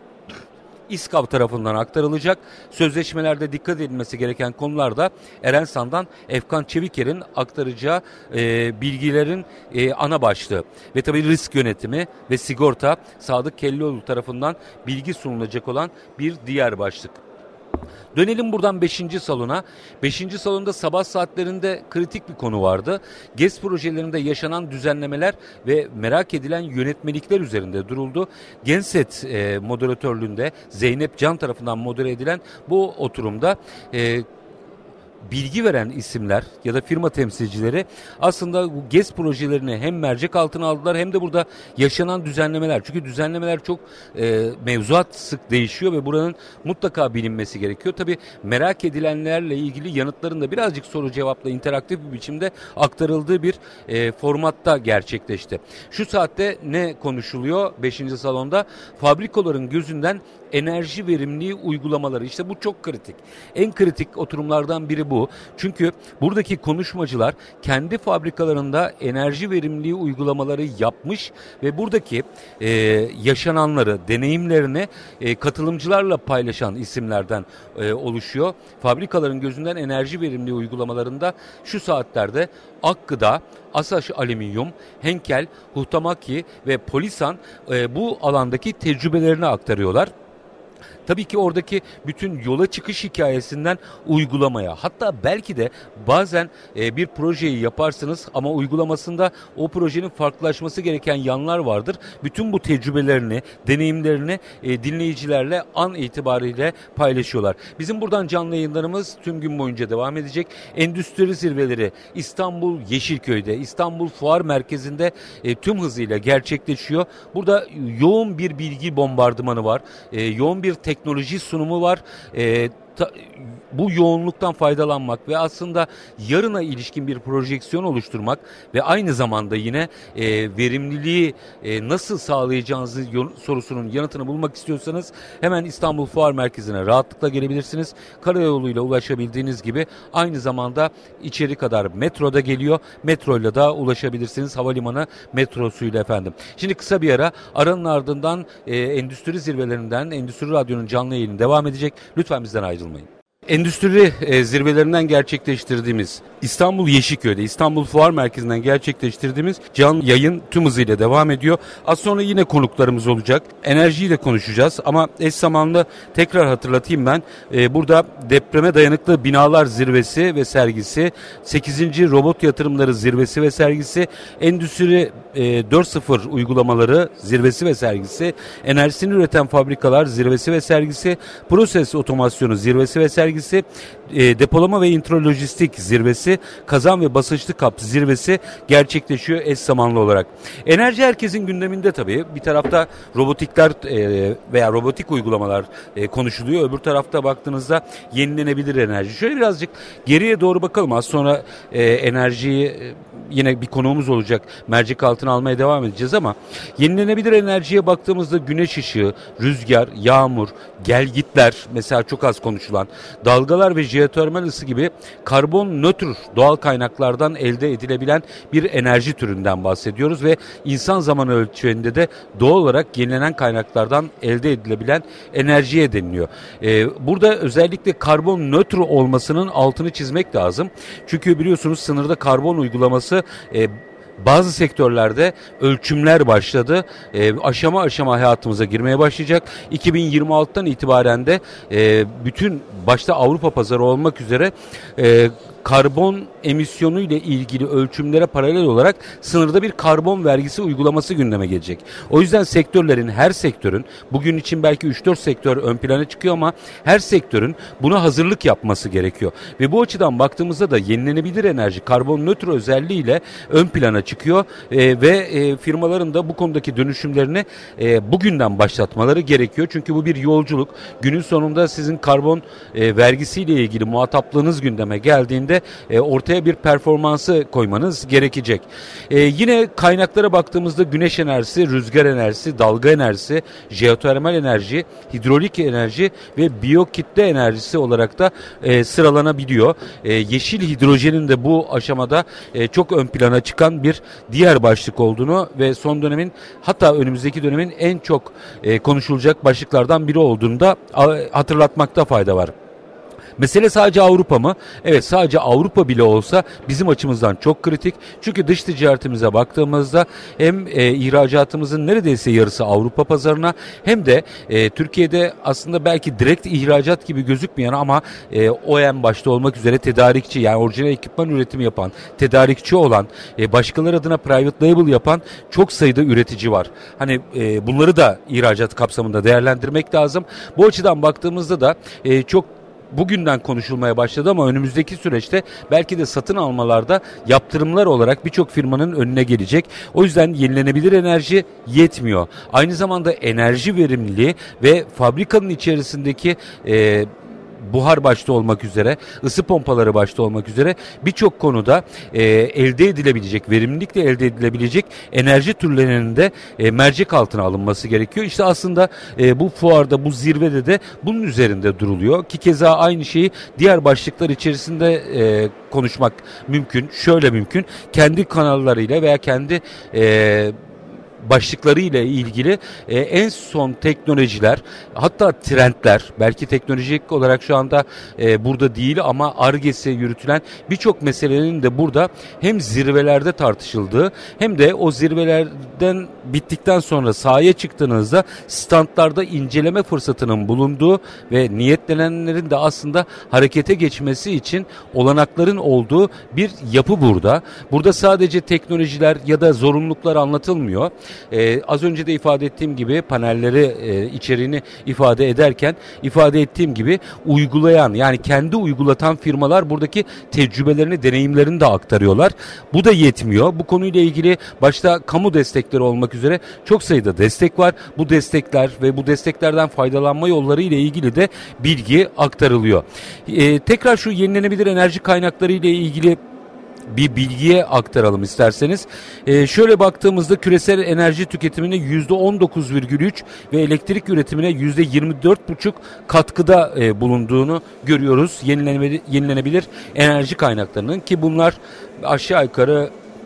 İSKAV tarafından aktarılacak. Sözleşmelerde dikkat edilmesi gereken konularda Erensan'dan Efkan Çeviker'in aktaracağı e, bilgilerin e, ana başlığı. Ve tabii risk yönetimi ve sigorta Sadık Kellioğlu tarafından bilgi sunulacak olan bir diğer başlık. Dönelim buradan beşinci salona. beşinci salonda sabah saatlerinde kritik bir konu vardı. GES projelerinde yaşanan düzenlemeler ve merak edilen yönetmelikler üzerinde duruldu. Genset e, moderatörlüğünde Zeynep Can tarafından modere edilen bu oturumda e, bilgi veren isimler ya da firma temsilcileri aslında bu GES projelerini hem mercek altına aldılar hem de burada yaşanan düzenlemeler. Çünkü düzenlemeler çok e, mevzuat sık değişiyor ve buranın mutlaka bilinmesi gerekiyor. Tabii merak edilenlerle ilgili yanıtların da birazcık soru cevapla interaktif bir biçimde aktarıldığı bir e, formatta gerçekleşti. Şu saatte ne konuşuluyor beşinci salonda? Fabrikaların gözünden enerji verimliliği uygulamaları. İşte bu çok kritik. En kritik oturumlardan biri bu. Çünkü buradaki konuşmacılar kendi fabrikalarında enerji verimliliği uygulamaları yapmış ve buradaki e, yaşananları, deneyimlerini e, katılımcılarla paylaşan isimlerden e, oluşuyor. Fabrikaların gözünden enerji verimliliği uygulamalarında şu saatlerde Akgıda, Asaş Alüminyum, Henkel, Huhtamaki ve Polisan e, bu alandaki tecrübelerini aktarıyorlar. Tabii ki oradaki bütün yola çıkış hikayesinden uygulamaya, hatta belki de bazen e, bir projeyi yaparsınız ama uygulamasında o projenin farklılaşması gereken yanlar vardır. Bütün bu tecrübelerini, deneyimlerini e, dinleyicilerle an itibariyle paylaşıyorlar. Bizim buradan canlı yayınlarımız tüm gün boyunca devam edecek. Endüstri zirveleri İstanbul Yeşilköy'de, İstanbul Fuar Merkezi'nde e, tüm hızıyla gerçekleşiyor. Burada yoğun bir bilgi bombardımanı var. E, yoğun bir teknoloji sunumu var. E, ta, bu yoğunluktan faydalanmak ve aslında yarına ilişkin bir projeksiyon oluşturmak ve aynı zamanda yine e, verimliliği e, nasıl sağlayacağınızı sorusunun yanıtını bulmak istiyorsanız hemen İstanbul Fuar Merkezi'ne rahatlıkla gelebilirsiniz. Karayoluyla ulaşabildiğiniz gibi aynı zamanda içeri kadar metroda geliyor. Metroyla da ulaşabilirsiniz. Havalimanı metrosuyla efendim. Şimdi kısa bir ara, aranın ardından e, endüstri zirvelerinden Endüstri Radyo'nun canlı yayını devam edecek. Lütfen bizden ayrılmayın. Endüstri e, zirvelerinden gerçekleştirdiğimiz İstanbul Yeşilköy'de, İstanbul Fuar Merkezi'nden gerçekleştirdiğimiz canlı yayın tüm hızıyla devam ediyor. Az sonra yine konuklarımız olacak. Enerjiyi de konuşacağız ama eş zamanlı tekrar hatırlatayım ben. E, burada depreme dayanıklı binalar zirvesi ve sergisi, sekizinci robot yatırımları zirvesi ve sergisi, endüstri e, dört nokta sıfır uygulamaları zirvesi ve sergisi, enerjisini üreten fabrikalar zirvesi ve sergisi, proses otomasyonu zirvesi ve sergisi, e, depolama ve intralojistik zirvesi, kazan ve basınçlı kap zirvesi gerçekleşiyor eş zamanlı olarak. Enerji herkesin gündeminde tabii. Bir tarafta robotikler e, veya robotik uygulamalar e, konuşuluyor. Öbür tarafta baktığınızda yenilenebilir enerji. Şöyle birazcık geriye doğru bakalım. Az sonra e, enerjiyi e, yine bir konuğumuz olacak. Mercek altına almaya devam edeceğiz ama yenilenebilir enerjiye baktığımızda güneş ışığı, rüzgar, yağmur, gelgitler mesela çok az konuşulan, dalgalar ve jeotermal ısı gibi karbon nötr doğal kaynaklardan elde edilebilen bir enerji türünden bahsediyoruz ve insan zamanı ölçeğinde de doğal olarak yenilenen kaynaklardan elde edilebilen enerjiye deniliyor. Ee, burada özellikle karbon nötr olmasının altını çizmek lazım. Çünkü biliyorsunuz sınırda karbon uygulaması e, bazı sektörlerde ölçümler başladı. E, aşama aşama hayatımıza girmeye başlayacak. iki bin yirmi altıdan itibaren de e, bütün başta Avrupa pazarı olmak üzere e, karbon emisyonu ile ilgili ölçümlere paralel olarak sınırda bir karbon vergisi uygulaması gündeme gelecek. O yüzden sektörlerin, her sektörün, bugün için belki üç dört sektör ön plana çıkıyor ama her sektörün buna hazırlık yapması gerekiyor. Ve bu açıdan baktığımızda da yenilenebilir enerji karbon nötr özelliğiyle ön plana çıkıyor e, ve e, firmaların da bu konudaki dönüşümlerini e, bugünden başlatmaları gerekiyor. Çünkü bu bir yolculuk. Günün sonunda sizin karbon e, vergisiyle ilgili muhataplığınız gündeme geldiğinde E, ortaya bir performansı koymanız gerekecek. E, yine kaynaklara baktığımızda güneş enerjisi, rüzgar enerjisi, dalga enerjisi, jeotermal enerji, hidrolik enerji ve biyokitle enerjisi olarak da e, sıralanabiliyor. E, yeşil hidrojenin de bu aşamada e, çok ön plana çıkan bir diğer başlık olduğunu ve son dönemin, hatta önümüzdeki dönemin en çok e, konuşulacak başlıklardan biri olduğunu da a, hatırlatmakta fayda var. Mesele sadece Avrupa mı? Evet, sadece Avrupa bile olsa bizim açımızdan çok kritik. Çünkü dış ticaretimize baktığımızda hem e, ihracatımızın neredeyse yarısı Avrupa pazarına hem de e, Türkiye'de aslında belki direkt ihracat gibi gözükmeyen ama e, O E M başta olmak üzere tedarikçi, yani orijinal ekipman üretimi yapan, tedarikçi olan, e, başkaları adına private label yapan çok sayıda üretici var. Hani e, bunları da ihracat kapsamında değerlendirmek lazım. Bu açıdan baktığımızda da e, çok bugünden konuşulmaya başladı ama önümüzdeki süreçte belki de satın almalarda yaptırımlar olarak birçok firmanın önüne gelecek. O yüzden yenilenebilir enerji yetmiyor. Aynı zamanda enerji verimliliği ve fabrikanın içerisindeki e, buhar başta olmak üzere, ısı pompaları başta olmak üzere birçok konuda e, elde edilebilecek, verimlilikle elde edilebilecek enerji türlerinin de e, mercek altına alınması gerekiyor. İşte aslında e, bu fuarda, bu zirvede de bunun üzerinde duruluyor ki keza aynı şeyi diğer başlıklar içerisinde e, konuşmak mümkün. Şöyle mümkün, kendi kanallarıyla veya kendi e, başlıkları ile ilgili e, en son teknolojiler, hatta trendler, belki teknolojik olarak şu anda e, burada değil ama Ar-Ge'si yürütülen birçok meselenin de burada hem zirvelerde tartışıldığı hem de o zirvelerden bittikten sonra sahaya çıktığınızda standlarda inceleme fırsatının bulunduğu ve niyetlenenlerin de aslında harekete geçmesi için olanakların olduğu bir yapı burada. Burada sadece teknolojiler ya da zorunluluklar anlatılmıyor. Ee, az önce de ifade ettiğim gibi panelleri e, içeriğini ifade ederken ifade ettiğim gibi uygulayan, yani kendi uygulatan firmalar buradaki tecrübelerini, deneyimlerini de aktarıyorlar. Bu da yetmiyor. Bu konuyla ilgili başta kamu destekleri olmak üzere çok sayıda destek var. Bu destekler ve bu desteklerden faydalanma yolları ile ilgili de bilgi aktarılıyor. Ee, tekrar şu yenilenebilir enerji kaynakları ile ilgili bir bilgiye aktaralım isterseniz. Ee, şöyle baktığımızda küresel enerji tüketimine yüzde on dokuz virgül üç ve elektrik üretimine yüzde yirmi dört virgül beş katkıda e, bulunduğunu görüyoruz. Yenilenebilir, yenilenebilir enerji kaynaklarının, ki bunlar aşağı yukarı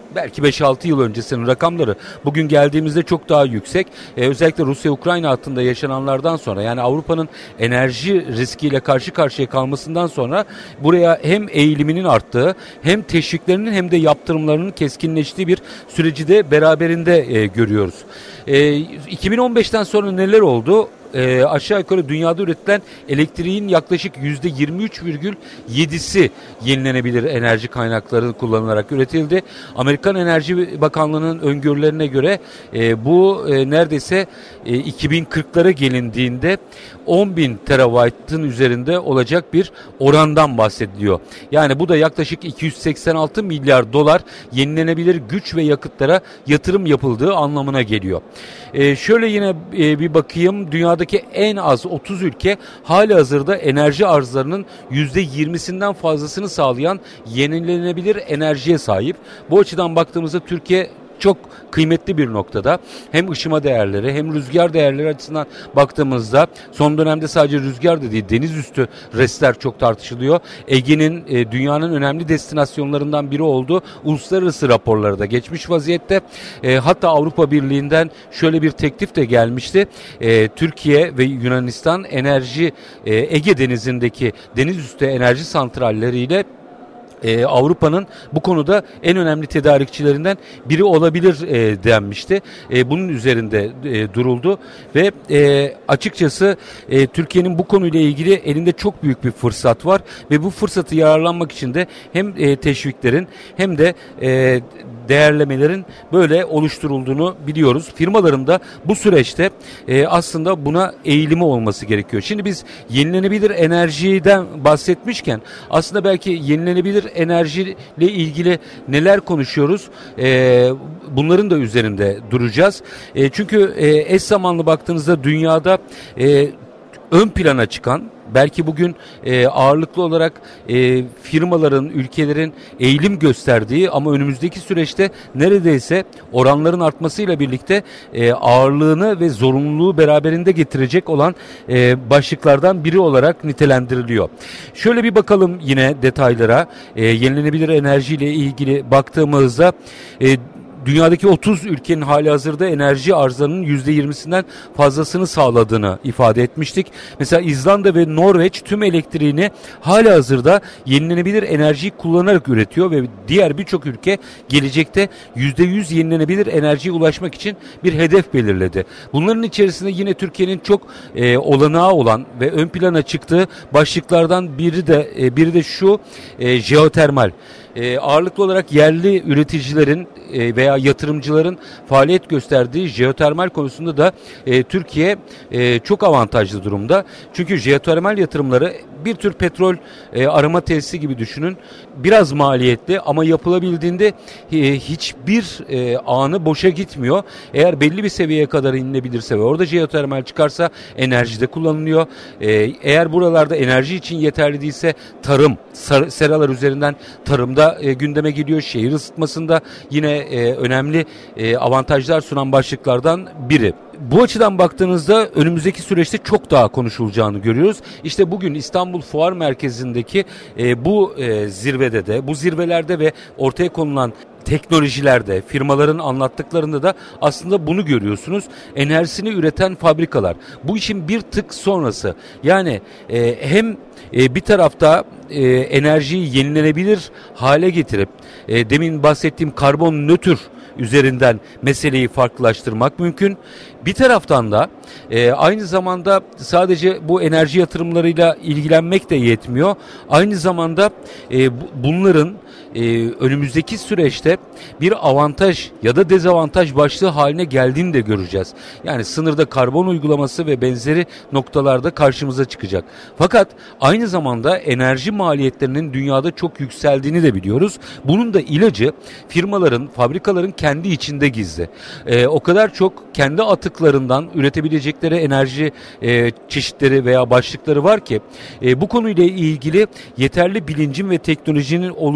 belki beş altı yıl öncesinin rakamları bugün geldiğimizde çok daha yüksek. Ee, özellikle Rusya-Ukrayna hattında yaşananlardan sonra, yani Avrupa'nın enerji riskiyle karşı karşıya kalmasından sonra buraya hem eğiliminin arttığı, hem teşviklerinin hem de yaptırımlarının keskinleştiği bir süreci de beraberinde e, görüyoruz. E, iki bin on beşten sonra neler oldu? E, aşağı yukarı dünyada üretilen elektriğin yaklaşık yüzde yirmi üç virgül yedisi yenilenebilir enerji kaynakları kullanılarak üretildi. Amerikan Enerji Bakanlığı'nın öngörülerine göre e, bu e, neredeyse e, iki bin kırklara gelindiğinde on bin terabaytın üzerinde olacak bir orandan bahsediliyor. Yani bu da yaklaşık iki yüz seksen altı milyar dolar yenilenebilir güç ve yakıtlara yatırım yapıldığı anlamına geliyor. E, şöyle yine e, bir bakayım, dünyadaki en az otuz ülke halihazırda enerji arzlarının yüzde yirmisinden fazlasını sağlayan yenilenebilir enerjiye sahip. Bu açıdan baktığımızda Türkiye çok kıymetli bir noktada. Hem ışıma değerleri hem rüzgar değerleri açısından baktığımızda son dönemde sadece rüzgar da değil, deniz üstü restler çok tartışılıyor. Ege'nin e, dünyanın önemli destinasyonlarından biri olduğu uluslararası raporları da geçmiş vaziyette. E, hatta Avrupa Birliği'nden şöyle bir teklif de gelmişti. E, Türkiye ve Yunanistan enerji e, Ege Denizi'ndeki deniz üstü enerji santralleriyle Ee, Avrupa'nın bu konuda en önemli tedarikçilerinden biri olabilir e, denmişti. E, bunun üzerinde e, duruldu ve e, açıkçası e, Türkiye'nin bu konuyla ilgili elinde çok büyük bir fırsat var ve bu fırsatı yararlanmak için de hem e, teşviklerin hem de e, değerlemelerin böyle oluşturulduğunu biliyoruz. Firmaların da bu süreçte e, aslında buna eğilimi olması gerekiyor. Şimdi biz yenilenebilir enerjiden bahsetmişken aslında belki yenilenebilir enerjiyle ilgili neler konuşuyoruz? E, bunların da üzerinde duracağız. E, çünkü e, eş zamanlı baktığınızda dünyada e, ön plana çıkan, belki bugün e, ağırlıklı olarak e, firmaların, ülkelerin eğilim gösterdiği ama önümüzdeki süreçte neredeyse oranların artmasıyla birlikte e, ağırlığını ve zorunluluğu beraberinde getirecek olan e, başlıklardan biri olarak nitelendiriliyor. Şöyle bir bakalım yine detaylara. E, yenilenebilir enerjiyle ilgili baktığımızda e, dünyadaki otuz ülkenin halihazırda enerji arzlarının yüzde yirmisinden fazlasını sağladığını ifade etmiştik. Mesela İzlanda ve Norveç tüm elektriğini halihazırda yenilenebilir enerjiyi kullanarak üretiyor ve diğer birçok ülke gelecekte yüzde yüz yenilenebilir enerjiye ulaşmak için bir hedef belirledi. Bunların içerisinde yine Türkiye'nin çok e, olanağı olan ve ön plana çıktığı başlıklardan biri de e, biri de şu e, jeotermal. E, ağırlıklı olarak yerli üreticilerin e, veya yatırımcıların faaliyet gösterdiği jeotermal konusunda da e, Türkiye e, çok avantajlı durumda. Çünkü jeotermal yatırımları bir tür petrol e, arama tesisi gibi düşünün. Biraz maliyetli ama yapılabildiğinde e, hiçbir e, anı boşa gitmiyor. Eğer belli bir seviyeye kadar inilebilirse ve orada jeotermal çıkarsa enerjide kullanılıyor. E, eğer buralarda enerji için yeterli değilse tarım, sar, seralar üzerinden tarımda e, gündeme geliyor. Şehir ısıtmasında yine e, önemli e, avantajlar sunan başlıklardan biri. Bu açıdan baktığınızda önümüzdeki süreçte çok daha konuşulacağını görüyoruz. İşte bugün İstanbul Fuar Merkezi'ndeki e, bu e, zirvede de, bu zirvelerde ve ortaya konulan teknolojilerde, firmaların anlattıklarında da aslında bunu görüyorsunuz. Enerjisini üreten fabrikalar. Bu işin bir tık sonrası. Yani e, hem e, bir tarafta e, enerjiyi yenilenebilir hale getirip e, demin bahsettiğim karbon nötr üzerinden meseleyi farklılaştırmak mümkün. Bir taraftan da e, aynı zamanda sadece bu enerji yatırımlarıyla ilgilenmek de yetmiyor. Aynı zamanda e, bu, bunların e, önümüzdeki süreçte bir avantaj ya da dezavantaj başlığı haline geldiğini de göreceğiz. Yani sınırda karbon uygulaması ve benzeri noktalarda karşımıza çıkacak. Fakat aynı zamanda enerji maliyetlerinin dünyada çok yükseldiğini de biliyoruz. Bunun da ilacı firmaların, fabrikaların kendi içinde gizli. E, o kadar çok kendi atıklarından üretebilecekleri enerji e, çeşitleri veya başlıkları var ki e, bu konuyla ilgili yeterli bilincin ve teknolojinin oluşturulması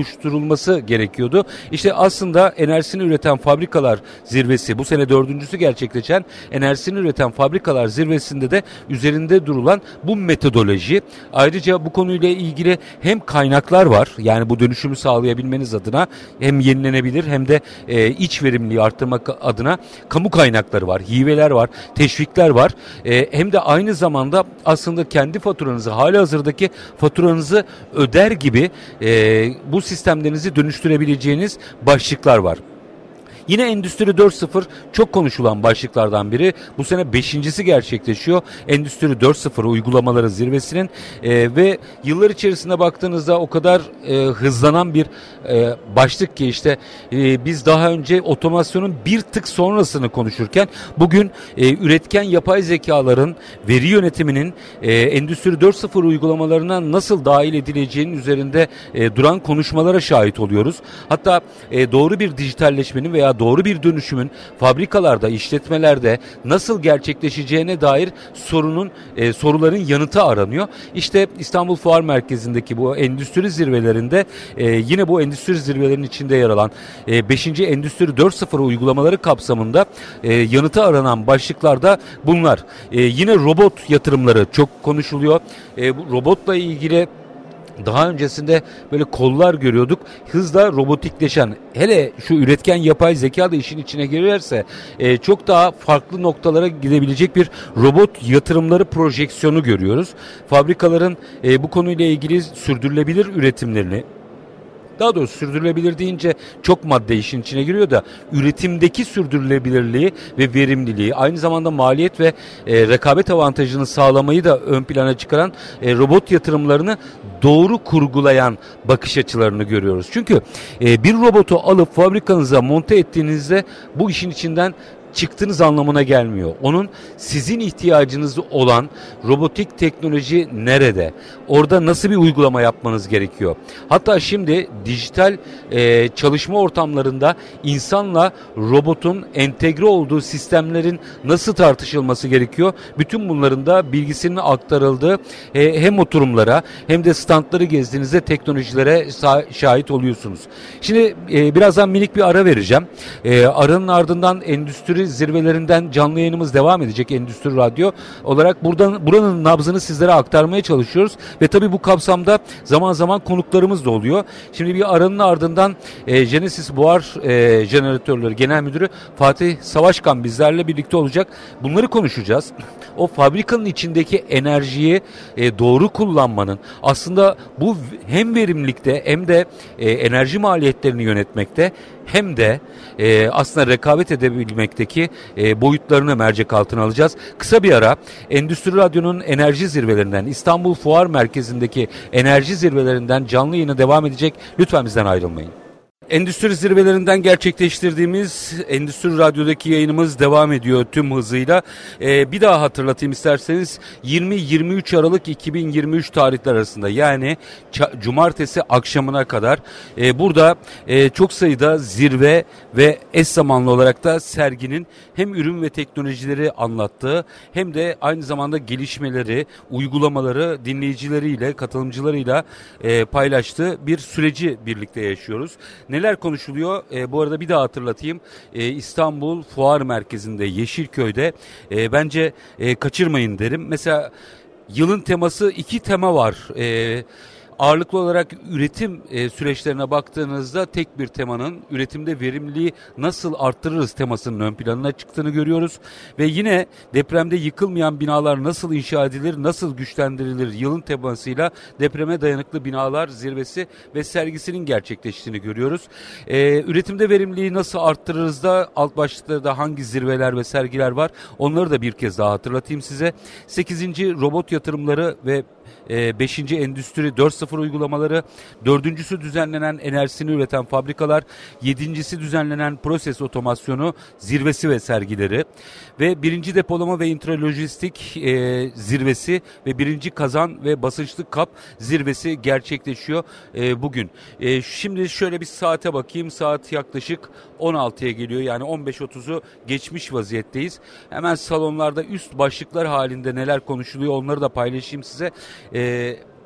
konuşulması gerekiyordu. İşte aslında enerjisini üreten fabrikalar zirvesi, bu sene dördüncüsü gerçekleşen enerjisini üreten fabrikalar zirvesinde de üzerinde durulan bu metodoloji. Ayrıca bu konuyla ilgili hem kaynaklar var, yani bu dönüşümü sağlayabilmeniz adına hem yenilenebilir hem de e, iç verimliliği arttırmak adına kamu kaynakları var, hiveler var, teşvikler var. E, hem de aynı zamanda aslında kendi faturanızı, halihazırdaki faturanızı öder gibi e, bu sistemlerinizi dönüştürebileceğiniz başlıklar var. Yine Endüstri dört nokta sıfır çok konuşulan başlıklardan biri. Bu sene beşincisi gerçekleşiyor. Endüstri dört nokta sıfır uygulamaları zirvesinin e, ve yıllar içerisinde baktığınızda o kadar e, hızlanan bir e, başlık ki işte e, biz daha önce otomasyonun bir tık sonrasını konuşurken bugün e, üretken yapay zekaların veri yönetiminin e, Endüstri dört nokta sıfır uygulamalarına nasıl dahil edileceğinin üzerinde e, duran konuşmalara şahit oluyoruz. Hatta e, doğru bir dijitalleşmenin veya doğru bir dönüşümün fabrikalarda, işletmelerde nasıl gerçekleşeceğine dair sorunun e, soruların yanıtı aranıyor. İşte İstanbul Fuar Merkezi'ndeki bu endüstri zirvelerinde e, yine bu endüstri zirvelerinin içinde yer alan e, beşinci Endüstri dört nokta sıfır uygulamaları kapsamında e, yanıtı aranan başlıklarda bunlar. E, yine robot yatırımları çok konuşuluyor. E, bu robotla ilgili daha öncesinde böyle kollar görüyorduk. Hızla robotikleşen, hele şu üretken yapay zeka da işin içine girerse e, çok daha farklı noktalara gidebilecek bir robot yatırımları projeksiyonu görüyoruz. Fabrikaların e, bu konuyla ilgili sürdürülebilir üretimlerini, daha doğrusu sürdürülebilir deyince çok madde işin içine giriyor da üretimdeki sürdürülebilirliği ve verimliliği, aynı zamanda maliyet ve e, rekabet avantajını sağlamayı da ön plana çıkaran e, robot yatırımlarını doğru kurgulayan bakış açılarını görüyoruz. Çünkü e, bir robotu alıp fabrikanıza monte ettiğinizde bu işin içinden çıktığınız anlamına gelmiyor. Onun sizin ihtiyacınız olan robotik teknoloji nerede? Orada nasıl bir uygulama yapmanız gerekiyor? Hatta şimdi dijital e, çalışma ortamlarında insanla robotun entegre olduğu sistemlerin nasıl tartışılması gerekiyor? Bütün bunların da bilgisinin aktarıldığı e, hem oturumlara hem de standları gezdiğinizde teknolojilere şahit oluyorsunuz. Şimdi e, birazdan minik bir ara vereceğim. E, aranın ardından endüstri zirvelerinden canlı yayınımız devam edecek Endüstri Radyo olarak. Buradan buranın nabzını sizlere aktarmaya çalışıyoruz ve tabii bu kapsamda zaman zaman konuklarımız da oluyor. Şimdi bir aranın ardından e, Genesis Buhar e, Jeneratörleri Genel Müdürü Fatih Savaşkan bizlerle birlikte olacak. Bunları konuşacağız. O fabrikanın içindeki enerjiyi e, doğru kullanmanın aslında bu hem verimlilikte hem de e, enerji maliyetlerini yönetmekte hem de e, aslında rekabet edebilmekteki e, boyutlarını mercek altına alacağız. Kısa bir ara Endüstri Radyo'nun enerji zirvelerinden, İstanbul Fuar Merkezi'ndeki enerji zirvelerinden canlı yayına devam edecek. Lütfen bizden ayrılmayın. Endüstri zirvelerinden gerçekleştirdiğimiz Endüstri Radyo'daki yayınımız devam ediyor tüm hızıyla. Ee, bir daha hatırlatayım isterseniz, yirmi yirmi üç Aralık iki bin yirmi üç tarihler arasında, yani ç- cumartesi akşamına kadar e, burada e, çok sayıda zirve ve eş zamanlı olarak da serginin hem ürün ve teknolojileri anlattığı hem de aynı zamanda gelişmeleri, uygulamaları dinleyicileriyle, katılımcılarıyla e, paylaştığı bir süreci birlikte yaşıyoruz. Neler konuşuluyor? E, bu arada bir daha hatırlatayım. E, İstanbul Fuar Merkezi'nde, Yeşilköy'de e, bence e, kaçırmayın derim. Mesela yılın teması, iki tema var. E, Ağırlıklı olarak üretim e, süreçlerine baktığınızda tek bir temanın üretimde verimliliği nasıl arttırırız temasının ön planına çıktığını görüyoruz. Ve yine depremde yıkılmayan binalar nasıl inşa edilir, nasıl güçlendirilir yılın temasıyla depreme dayanıklı binalar zirvesi ve sergisinin gerçekleştiğini görüyoruz. E, üretimde verimliliği nasıl arttırırız da alt başlıklarda hangi zirveler ve sergiler var, onları da bir kez daha hatırlatayım size. sekizinci Robot Yatırımları ve beşinci Endüstri dört nokta sıfır uygulamaları, dördüncüsü düzenlenen enerjisini üreten fabrikalar, yedincisi düzenlenen proses otomasyonu zirvesi ve sergileri ve birinci depolama ve intralojistik e, zirvesi ve birinci kazan ve basınçlı kap zirvesi gerçekleşiyor e, bugün. E, şimdi şöyle bir saate bakayım, saat yaklaşık on altıya geliyor, yani on beş otuzu geçmiş vaziyetteyiz. Hemen salonlarda üst başlıklar halinde neler konuşuluyor onları da paylaşayım size. E,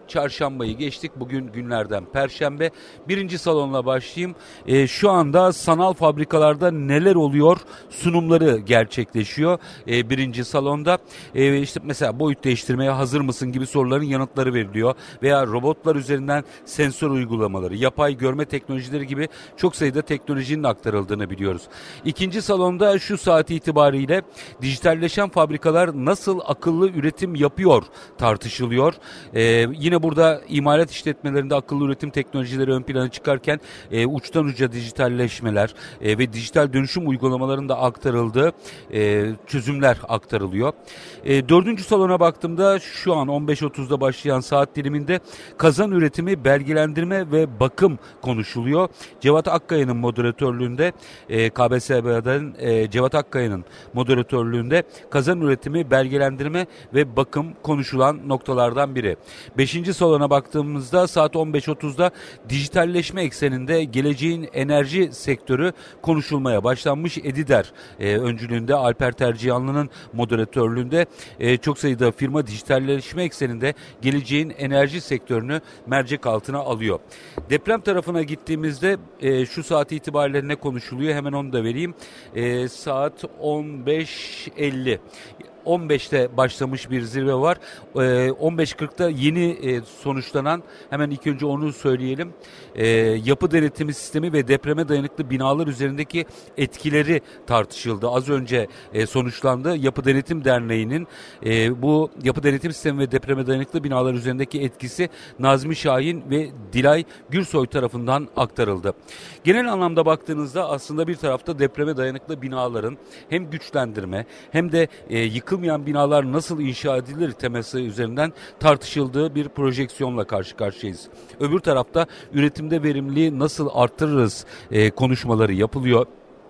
çarşambayı geçtik. Bugün günlerden perşembe. Birinci salonla başlayayım. E, şu anda sanal fabrikalarda neler oluyor sunumları gerçekleşiyor. E, birinci salonda e, işte mesela boyut değiştirmeye hazır mısın gibi soruların yanıtları veriliyor. Veya robotlar üzerinden sensör uygulamaları, yapay görme teknolojileri gibi çok sayıda teknolojinin aktarıldığını biliyoruz. İkinci salonda şu saat itibariyle dijitalleşen fabrikalar nasıl akıllı üretim yapıyor tartışılıyor. Ee, yine burada imalat işletmelerinde akıllı üretim teknolojileri ön plana çıkarken e, uçtan uca dijitalleşmeler e, ve dijital dönüşüm uygulamalarında aktarıldığı e, çözümler aktarılıyor. E, dördüncü salona baktığımda şu an on beş otuzda başlayan saat diliminde kazan üretimi, belgelendirme ve bakım konuşuluyor. Cevat Akkaya'nın moderatörlüğünde e, K B S B'den e, Cevat Akkaya'nın moderatörlüğünde kazan üretimi, belgelendirme ve bakım konuşulan noktalardan biri. Beşinci salona baktığımızda saat on beş otuzda dijitalleşme ekseninde geleceğin enerji sektörü konuşulmaya başlanmış. Edider e, öncülüğünde Alper Tercihanlı'nın moderatörlüğünde e, çok sayıda firma dijitalleşme ekseninde geleceğin enerji sektörünü mercek altına alıyor. Deprem tarafına gittiğimizde e, şu saat itibariyle ne konuşuluyor hemen onu da vereyim. E, saat on beş elli. on beşte başlamış bir zirve var. Ee, on beş kırkta yeni e, sonuçlanan, hemen ilk önce onu söyleyelim. Ee, yapı denetimi sistemi ve depreme dayanıklı binalar üzerindeki etkileri tartışıldı. Az önce e, sonuçlandı. Yapı Denetim Derneği'nin e, bu yapı denetim sistemi ve depreme dayanıklı binalar üzerindeki etkisi Nazmi Şahin ve Dilay Gürsoy tarafından aktarıldı. Genel anlamda baktığınızda aslında bir tarafta depreme dayanıklı binaların hem güçlendirme hem de e, yıkılmayan binalar nasıl inşa edilir teması üzerinden tartışıldığı bir projeksiyonla karşı karşıyayız. Öbür tarafta üretimde verimliliği nasıl arttırırız e, konuşmaları yapılıyor.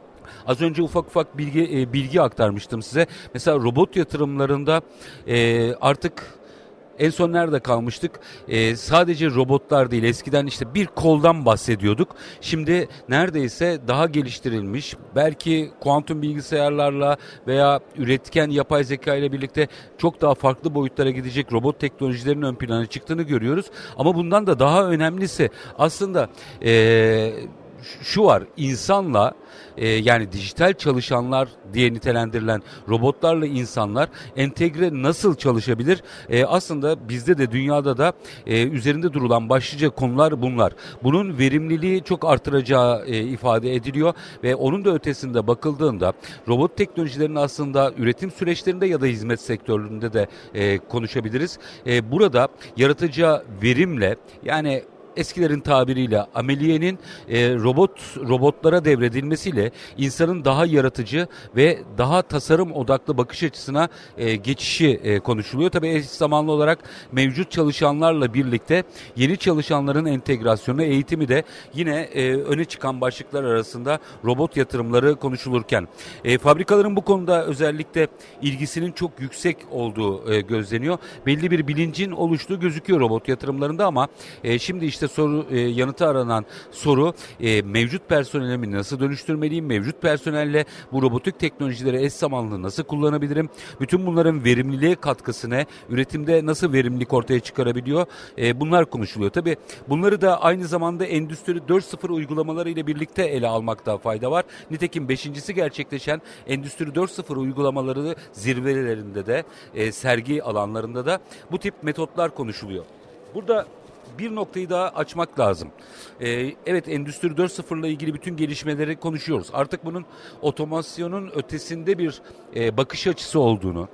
Az önce ufak ufak bilgi e, bilgi aktarmıştım size. Mesela robot yatırımlarında e, artık en son nerede kalmıştık? Ee, sadece robotlar değil, eskiden işte bir koldan bahsediyorduk. Şimdi neredeyse daha geliştirilmiş, belki kuantum bilgisayarlarla veya üretken yapay zeka ile birlikte çok daha farklı boyutlara gidecek robot teknolojilerinin ön plana çıktığını görüyoruz. Ama bundan da daha önemlisi aslında ee, şu var, insanla e, yani dijital çalışanlar diye nitelendirilen robotlarla insanlar entegre nasıl çalışabilir? E, aslında bizde de dünyada da e, üzerinde durulan başlıca konular bunlar. Bunun verimliliği çok artıracağı e, ifade ediliyor ve onun da ötesinde bakıldığında robot teknolojilerinin aslında üretim süreçlerinde ya da hizmet sektörlerinde de e, konuşabiliriz. E, burada yaratıcı verimle, yani eskilerin tabiriyle ameliyenin e, robot robotlara devredilmesiyle insanın daha yaratıcı ve daha tasarım odaklı bakış açısına e, geçişi e, konuşuluyor. Tabii eş zamanlı olarak mevcut çalışanlarla birlikte yeni çalışanların entegrasyonu, eğitimi de yine e, öne çıkan başlıklar arasında robot yatırımları konuşulurken e, fabrikaların bu konuda özellikle ilgisinin çok yüksek olduğu e, gözleniyor. Belli bir bilincin oluştuğu gözüküyor robot yatırımlarında ama e, şimdi işte soru e, yanıtı aranan soru e, mevcut personelimi nasıl dönüştürmeliyim? Mevcut personelle bu robotik teknolojileri eş zamanlı nasıl kullanabilirim? Bütün bunların verimliliğe katkısı ne? Üretimde nasıl verimlilik ortaya çıkarabiliyor? E, bunlar konuşuluyor. Tabii bunları da aynı zamanda Endüstri dört nokta sıfır uygulamaları ile birlikte ele almakta fayda var. Nitekim beşincisi gerçekleşen Endüstri dört nokta sıfır uygulamaları zirvelerinde de e, sergi alanlarında da bu tip metotlar konuşuluyor. Burada bir noktayı daha açmak lazım. Ee, evet, Endüstri dört nokta sıfır ile ilgili bütün gelişmeleri konuşuyoruz. Artık bunun otomasyonun ötesinde bir e, bakış açısı olduğunu,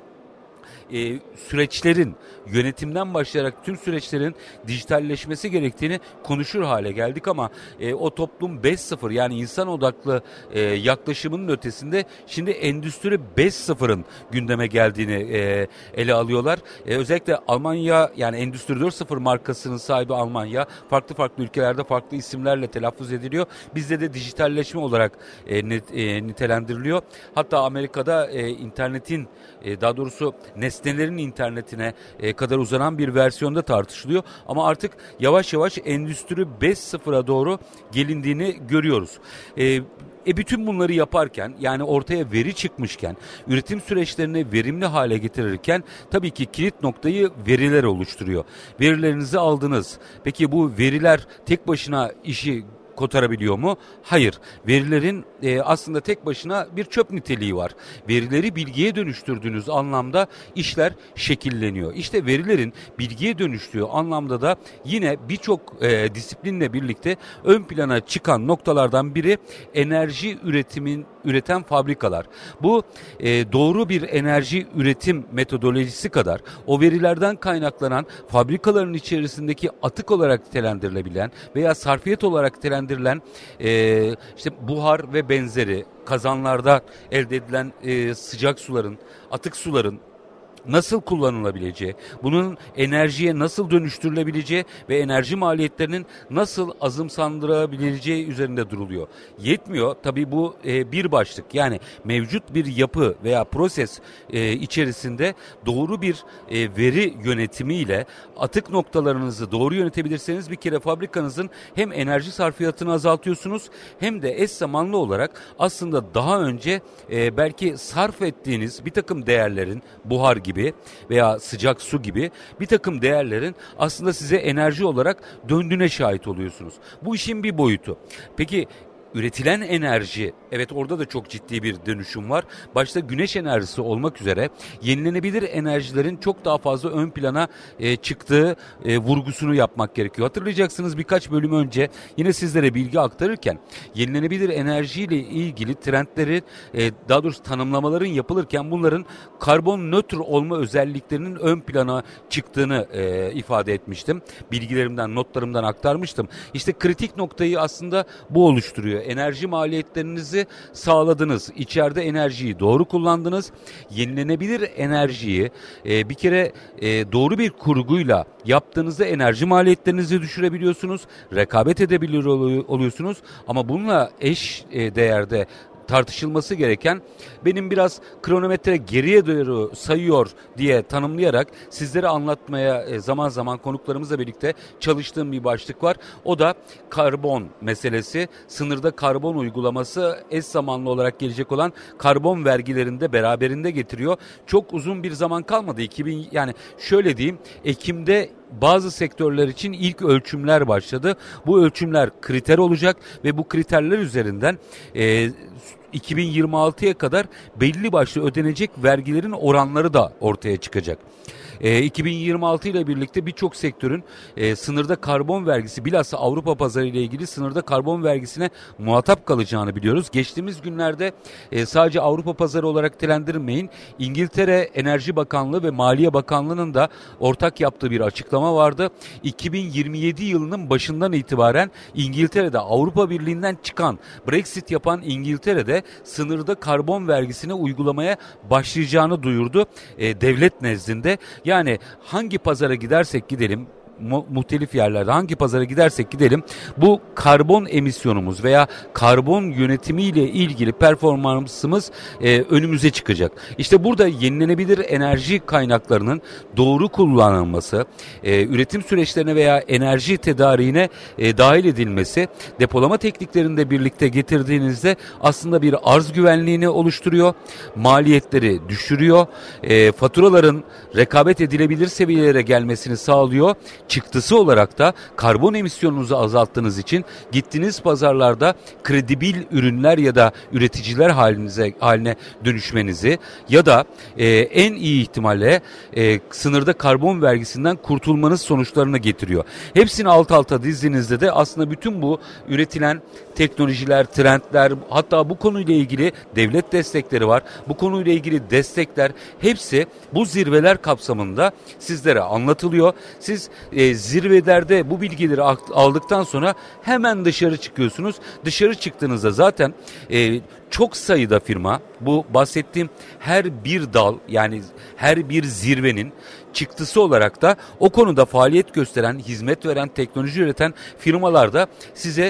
e, süreçlerin yönetimden başlayarak tüm süreçlerin dijitalleşmesi gerektiğini konuşur hale geldik ama e, o toplum beş nokta sıfır, yani insan odaklı e, yaklaşımının ötesinde şimdi Endüstri beş nokta sıfırın gündeme geldiğini e, ele alıyorlar. E, özellikle Almanya, yani Endüstri dört nokta sıfır markasının sahibi Almanya, farklı farklı ülkelerde farklı isimlerle telaffuz ediliyor. Bizde de dijitalleşme olarak e, net, e, nitelendiriliyor. Hatta Amerika'da e, internetin e, daha doğrusu nesnelerin internetine e, kadar uzanan bir versiyonda tartışılıyor. Ama artık yavaş yavaş Endüstri beş nokta sıfıra doğru gelindiğini görüyoruz. E, E bütün bunları yaparken, yani ortaya veri çıkmışken, üretim süreçlerini verimli hale getirirken tabii ki kilit noktayı veriler oluşturuyor. Verilerinizi aldınız. Peki bu veriler tek başına işi kotarabiliyor mu? Hayır. Verilerin e, aslında tek başına bir çöp niteliği var. Verileri bilgiye dönüştürdüğünüz anlamda işler şekilleniyor. İşte verilerin bilgiye dönüştüğü anlamda da yine birçok e, disiplinle birlikte ön plana çıkan noktalardan biri enerji üretimin üreten fabrikalar. Bu e, doğru bir enerji üretim metodolojisi kadar o verilerden kaynaklanan fabrikaların içerisindeki atık olarak nitelendirilebilen veya sarfiyet olarak nitelendirilen e, işte buhar ve benzeri kazanlarda elde edilen e, sıcak suların, atık suların nasıl kullanılabileceği, bunun enerjiye nasıl dönüştürülebileceği ve enerji maliyetlerinin nasıl azımsandırabileceği üzerinde duruluyor. Yetmiyor. Tabii bu e, bir başlık. Yani mevcut bir yapı veya proses e, içerisinde doğru bir e, veri yönetimiyle atık noktalarınızı doğru yönetebilirseniz bir kere fabrikanızın hem enerji sarfiyatını azaltıyorsunuz hem de eş zamanlı olarak aslında daha önce e, belki sarf ettiğiniz bir takım değerlerin, buhar gibi gibi veya sıcak su gibi bir takım değerlerin aslında size enerji olarak döndüğüne şahit oluyorsunuz. Bu işin bir boyutu. Peki üretilen enerji, evet orada da çok ciddi bir dönüşüm var. Başta güneş enerjisi olmak üzere yenilenebilir enerjilerin çok daha fazla ön plana e, çıktığı e, vurgusunu yapmak gerekiyor. Hatırlayacaksınız birkaç bölüm önce yine sizlere bilgi aktarırken yenilenebilir enerjiyle ilgili trendleri e, daha doğrusu tanımlamaların yapılırken bunların karbon nötr olma özelliklerinin ön plana çıktığını e, ifade etmiştim. Bilgilerimden, notlarımdan aktarmıştım. İşte kritik noktayı aslında bu oluşturuyor. Enerji maliyetlerinizi sağladınız. İçeride enerjiyi doğru kullandınız. Yenilenebilir enerjiyi e, bir kere e, doğru bir kurguyla yaptığınızda enerji maliyetlerinizi düşürebiliyorsunuz. Rekabet edebilir oluyorsunuz. Ama bununla eş e, değerde tartışılması gereken, benim biraz kronometre geriye doğru sayıyor diye tanımlayarak sizlere anlatmaya zaman zaman konuklarımızla birlikte çalıştığım bir başlık var. O da karbon meselesi. Sınırda karbon uygulaması eş zamanlı olarak gelecek olan karbon vergilerini de beraberinde getiriyor. Çok uzun bir zaman kalmadı. iki bin yani şöyle diyeyim, Ekim'de bazı sektörler için ilk ölçümler başladı. Bu ölçümler kriter olacak ve bu kriterler üzerinden e, iki bin yirmi altıya kadar belli başlı ödenecek vergilerin oranları da ortaya çıkacak. E, iki bin yirmi altı ile birlikte birçok sektörün e, sınırda karbon vergisi, bilhassa Avrupa pazarı ile ilgili sınırda karbon vergisine muhatap kalacağını biliyoruz. Geçtiğimiz günlerde e, sadece Avrupa pazarı olarak nitelendirmeyin, İngiltere Enerji Bakanlığı ve Maliye Bakanlığı'nın da ortak yaptığı bir açıklama vardı. iki bin yirmi yedi yılının başından itibaren İngiltere'de, Avrupa Birliği'nden çıkan, Brexit yapan İngiltere'de sınırda karbon vergisini uygulamaya başlayacağını duyurdu e, devlet nezdinde. Yani hangi pazara gidersek gidelim, mu- muhtelif yerlerde hangi pazara gidersek gidelim, bu karbon emisyonumuz veya karbon yönetimiyle ilgili performansımız e, önümüze çıkacak. İşte burada yenilenebilir enerji kaynaklarının doğru kullanılması, e, üretim süreçlerine veya enerji tedariğine e, dahil edilmesi, depolama tekniklerinde birlikte getirdiğinizde aslında bir arz güvenliğini oluşturuyor, maliyetleri düşürüyor, e, faturaların rekabet edilebilir seviyelere gelmesini sağlıyor. Çıktısı olarak da karbon emisyonunuzu azalttığınız için gittiğiniz pazarlarda kredibil ürünler ya da üreticiler halinize haline dönüşmenizi ya da e, en iyi ihtimalle e, sınırda karbon vergisinden kurtulmanız sonuçlarını getiriyor. Hepsini alt alta dizdiğinizde de aslında bütün bu üretilen teknolojiler, trendler, hatta bu konuyla ilgili devlet destekleri var. Bu konuyla ilgili destekler hepsi bu zirveler kapsamında sizlere anlatılıyor. Siz e, zirvelerde bu bilgileri aldıktan sonra hemen dışarı çıkıyorsunuz. Dışarı çıktığınızda zaten e, çok sayıda firma, bu bahsettiğim her bir dal, yani her bir zirvenin çıktısı olarak da o konuda faaliyet gösteren, hizmet veren, teknoloji üreten firmalar da size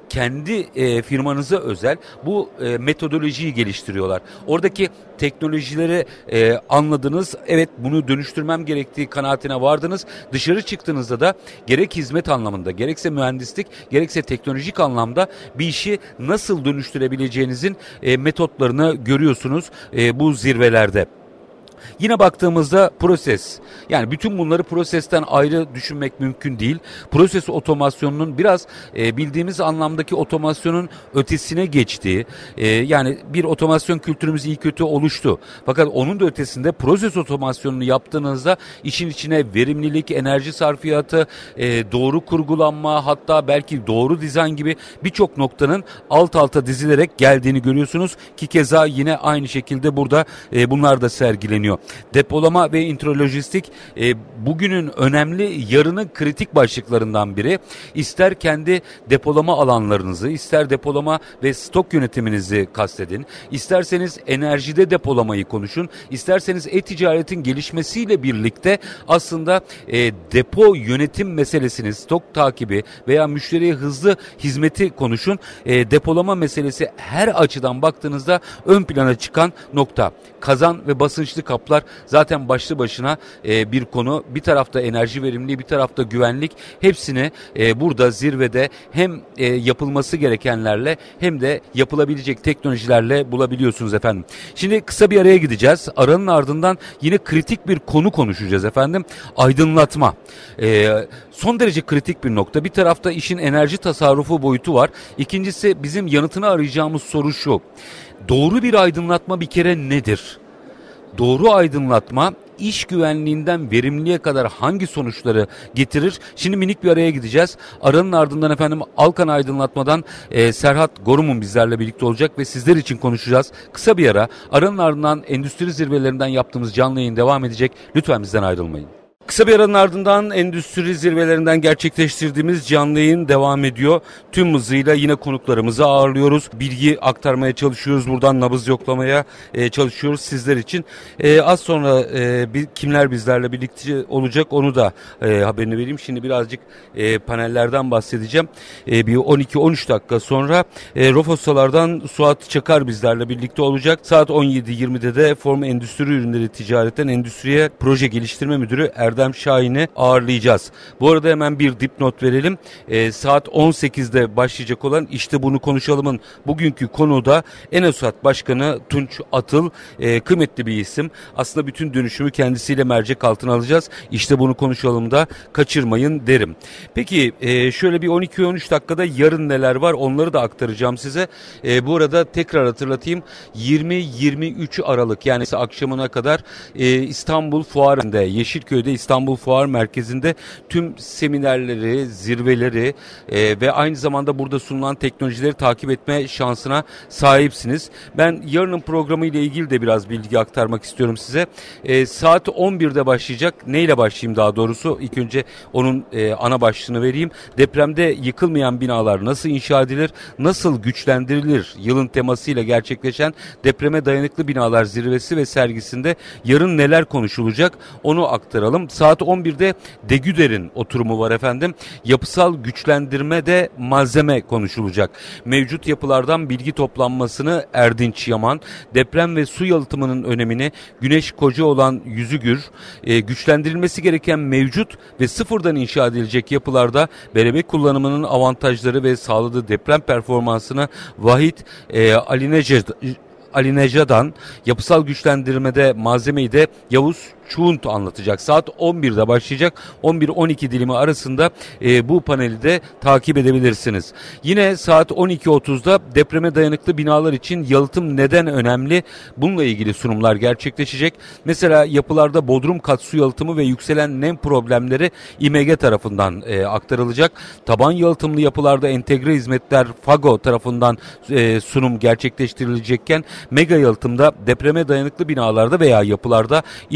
kendi e, firmanıza özel bu e, metodolojiyi geliştiriyorlar. Oradaki teknolojileri e, anladınız. Evet, bunu dönüştürmem gerektiği kanaatine vardınız. Dışarı çıktığınızda da gerek hizmet anlamında, gerekse mühendislik, gerekse teknolojik anlamda bir işi nasıl dönüştürebileceğinizin e, metotlarını görüyorsunuz e, bu zirvelerde. Yine baktığımızda proses, yani bütün bunları prosesten ayrı düşünmek mümkün değil. Proses otomasyonunun biraz e, bildiğimiz anlamdaki otomasyonun ötesine geçtiği, e, yani bir otomasyon kültürümüz iyi kötü oluştu. Fakat onun da ötesinde proses otomasyonunu yaptığınızda işin içine verimlilik, enerji sarfiyatı, e, doğru kurgulanma, hatta belki doğru dizayn gibi birçok noktanın alt alta dizilerek geldiğini görüyorsunuz ki keza yine aynı şekilde burada e, bunlar da sergileniyor. Depolama ve intralojistik e, bugünün önemli, yarının kritik başlıklarından biri. İster kendi depolama alanlarınızı, ister depolama ve stok yönetiminizi kastedin, isterseniz enerjide depolamayı konuşun, isterseniz e-ticaretin gelişmesiyle birlikte aslında e, depo yönetim meselesini, stok takibi veya müşteriye hızlı hizmeti konuşun. E, depolama meselesi her açıdan baktığınızda ön plana çıkan nokta. Kazan ve basınçlı kaplar zaten başlı başına e, bir konu. Bir tarafta enerji verimliliği, bir tarafta güvenlik. Hepsini e, burada zirvede hem e, yapılması gerekenlerle hem de yapılabilecek teknolojilerle bulabiliyorsunuz efendim. Şimdi kısa bir araya gideceğiz. Aranın ardından yine kritik bir konu konuşacağız efendim. Aydınlatma. E, son derece kritik bir nokta. Bir tarafta işin enerji tasarrufu boyutu var. İkincisi bizim yanıtını arayacağımız soru şu. Doğru bir aydınlatma bir kere nedir? Doğru aydınlatma iş güvenliğinden verimliliğe kadar hangi sonuçları getirir? Şimdi minik bir araya gideceğiz. Aranın ardından efendim Alkan Aydınlatma'dan e, Serhat Gorum'un bizlerle birlikte olacak ve sizler için konuşacağız. Kısa bir ara. Aranın ardından endüstri zirvelerinden yaptığımız canlı yayın devam edecek. Lütfen bizden ayrılmayın. Kısa bir aranın ardından endüstri zirvelerinden gerçekleştirdiğimiz canlı yayın devam ediyor. Tüm hızıyla yine konuklarımızı ağırlıyoruz. Bilgi aktarmaya çalışıyoruz. Buradan nabız yoklamaya e, çalışıyoruz sizler için. E, az sonra e, bir, kimler bizlerle birlikte olacak onu da e, haberini vereyim. Şimdi birazcık e, panellerden bahsedeceğim. E, bir on iki on üç dakika sonra e, Rofos'lardan Suat Çakar bizlerle birlikte olacak. Saat on yedi yirmide de Form Endüstri Ürünleri Ticaretten Endüstriye Proje Geliştirme Müdürü Erdem Şahin'i ağırlayacağız. Bu arada hemen bir dipnot verelim. E, saat on sekizde başlayacak olan İşte Bunu Konuşalım'ın bugünkü konuğu da Enosat Başkanı Tunç Atıl. E, kıymetli bir isim. Aslında bütün dönüşümü kendisiyle mercek altına alacağız. İşte Bunu Konuşalım'da kaçırmayın derim. Peki e, şöyle bir on iki on üç dakikada yarın neler var onları da aktaracağım size. E, bu arada tekrar hatırlatayım. yirmi yirmi üç Aralık yani akşamına kadar e, İstanbul Fuarı'nda, Yeşilköy'de İstanbul Fuar Merkezi'nde tüm seminerleri, zirveleri e, ve aynı zamanda burada sunulan teknolojileri takip etme şansına sahipsiniz. Ben yarının programı ile ilgili de biraz bilgi aktarmak istiyorum size. E, saat on birde başlayacak. Neyle başlayayım daha doğrusu? İlk önce onun e, ana başlığını vereyim. Depremde yıkılmayan binalar nasıl inşa edilir, nasıl güçlendirilir? Yılın temasıyla gerçekleşen Depreme Dayanıklı Binalar Zirvesi ve sergisinde yarın neler konuşulacak onu aktaralım. Saat on birde Degüder'in oturumu var efendim. Yapısal güçlendirmede malzeme konuşulacak. Mevcut yapılardan bilgi toplanmasını Erdinç Yaman, deprem ve su yalıtımının önemini Güneş Kocaoğlan Yüzügür, e, güçlendirilmesi gereken mevcut ve sıfırdan inşa edilecek yapılarda beraber kullanımının avantajları ve sağladığı deprem performansını Vahit e, Alinejad Ali Neca'dan, yapısal güçlendirmede malzemeyi de Yavuz Çuğunt anlatacak. Saat on birde başlayacak. on bir on iki dilimi arasında e, bu paneli de takip edebilirsiniz. Yine saat on iki otuzda depreme dayanıklı binalar için yalıtım neden önemli? Bununla ilgili sunumlar gerçekleşecek. Mesela yapılarda bodrum kat su yalıtımı ve yükselen nem problemleri İ M G tarafından e, aktarılacak. Taban yalıtımlı yapılarda entegre hizmetler FAGO tarafından e, sunum gerçekleştirilecekken mega yalıtımda depreme dayanıklı binalarda veya yapılarda inovatif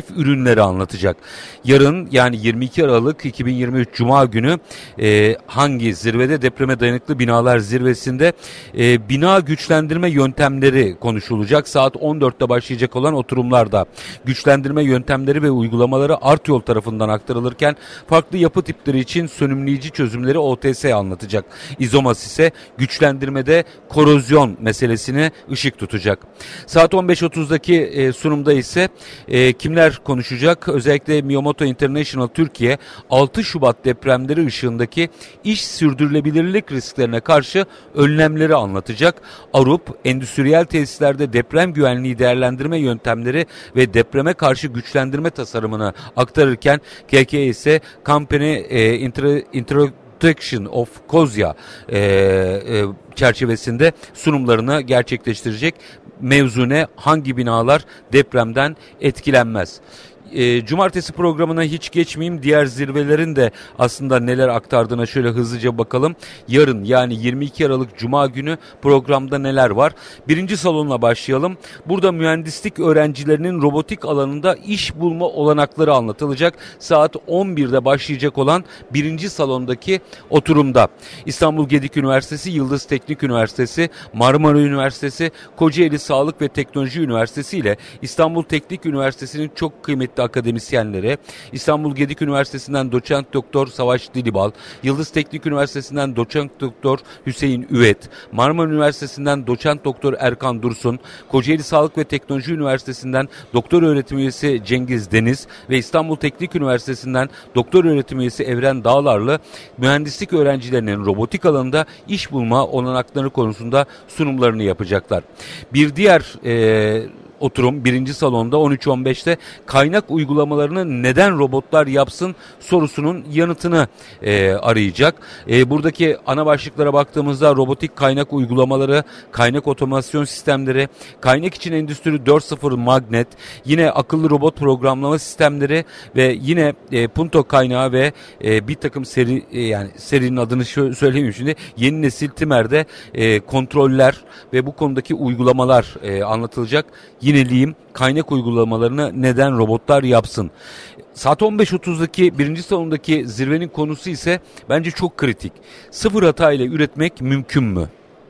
ürünleri anlatacak. Yarın yani yirmi iki Aralık iki bin yirmi üç Cuma günü e, hangi zirvede? Depreme dayanıklı binalar zirvesinde e, bina güçlendirme yöntemleri konuşulacak. Saat on dörtte başlayacak olan oturumlarda güçlendirme yöntemleri ve uygulamaları Artyol tarafından aktarılırken farklı yapı tipleri için sönümleyici çözümleri O T S anlatacak. İzomas ise güçlendirmede korozyon meselesine ışık tutacak. Saat on beş otuzdaki e, sunumda ise e, kimler konuşacak? Özellikle Miyamoto International Türkiye altı Şubat depremleri ışığındaki iş sürdürülebilirlik risklerine karşı önlemleri anlatacak. Arup, endüstriyel tesislerde deprem güvenliği değerlendirme yöntemleri ve depreme karşı güçlendirme tasarımını aktarırken K K ise Company e, Inter, Inter Protection of Kozya e, e, çerçevesinde sunumlarını gerçekleştirecek. Mevzu ne? Hangi binalar depremden etkilenmez? E, cumartesi programına hiç geçmeyeyim. Diğer zirvelerin de aslında neler aktardığına şöyle hızlıca bakalım. Yarın yani yirmi iki Aralık Cuma günü programda neler var? Birinci salonla başlayalım. Burada mühendislik öğrencilerinin robotik alanında iş bulma olanakları anlatılacak. Saat on birde başlayacak olan birinci salondaki oturumda İstanbul Gedik Üniversitesi, Yıldız Teknik Üniversitesi, Marmara Üniversitesi, Kocaeli Sağlık ve Teknoloji Üniversitesi ile İstanbul Teknik Üniversitesi'nin çok kıymetli akademisyenleri, İstanbul Gedik Üniversitesi'nden doçent doktor Savaş Dilibal, Yıldız Teknik Üniversitesi'nden doçent doktor Hüseyin Üvet, Marmara Üniversitesi'nden doçent doktor Erkan Dursun, Kocaeli Sağlık ve Teknoloji Üniversitesi'nden doktor öğretim üyesi Cengiz Deniz ve İstanbul Teknik Üniversitesi'nden doktor öğretim üyesi Evren Dağlarlı mühendislik öğrencilerinin robotik alanında iş bulma olanakları konusunda sunumlarını yapacaklar. Bir diğer e, oturum birinci salonda on üç on beşte kaynak uygulamalarını neden robotlar yapsın sorusunun yanıtını e, arayacak. E, buradaki ana başlıklara baktığımızda robotik kaynak uygulamaları, kaynak otomasyon sistemleri, kaynak için endüstri dört nokta sıfır magnet, yine akıllı robot programlama sistemleri ve yine e, Punto kaynağı ve e, bir takım seri e, yani serinin adını şö- söyleyeyim şimdi yeni nesil Timer'de e, kontroller ve bu konudaki uygulamalar e, anlatılacak. Yineleyeyim, kaynak uygulamalarını neden robotlar yapsın? Saat on beş otuzdaki birinci salondaki zirvenin konusu ise bence çok kritik. Sıfır hata ile üretmek mümkün mü?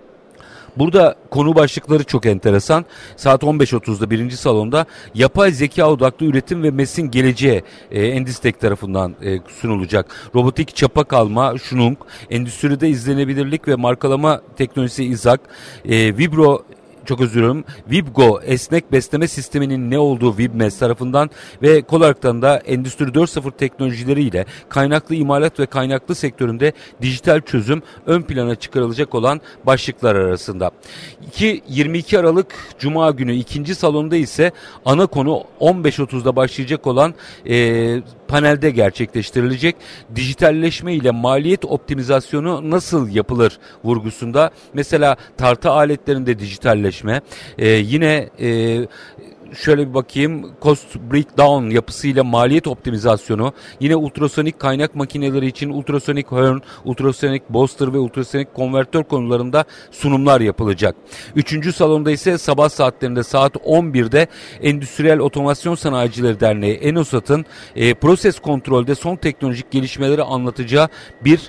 Burada konu başlıkları çok enteresan. Saat on beş otuzda birinci salonda yapay zeka odaklı üretim ve meslin geleceği e, Endistek tarafından e, sunulacak. Robotik çapa kalma, Şunung, endüstride izlenebilirlik ve markalama teknolojisi İzak, e, Vibro Çok özür dilerim. Vibgo esnek besleme sisteminin ne olduğu Vibmes tarafından ve Kolark'tan da Endüstri dört nokta sıfır teknolojileriyle kaynaklı imalat ve kaynaklı sektöründe dijital çözüm ön plana çıkarılacak olan başlıklar arasında. yirmi iki Aralık Cuma günü ikinci salonda ise ana konu on beş otuzda başlayacak olan e, panelde gerçekleştirilecek. Dijitalleşme ile maliyet optimizasyonu nasıl yapılır vurgusunda. Mesela tartı aletlerinde dijitalleşme, e, yine e, şöyle bir bakayım, cost breakdown yapısıyla maliyet optimizasyonu, yine ultrasonik kaynak makineleri için ultrasonik horn, ultrasonik booster ve ultrasonik konvertör konularında sunumlar yapılacak. Üçüncü salonda ise sabah saatlerinde saat on birde Endüstriyel Otomasyon Sanayicileri Derneği ENOSAT'ın e, proses kontrolde son teknolojik gelişmeleri anlatacağı bir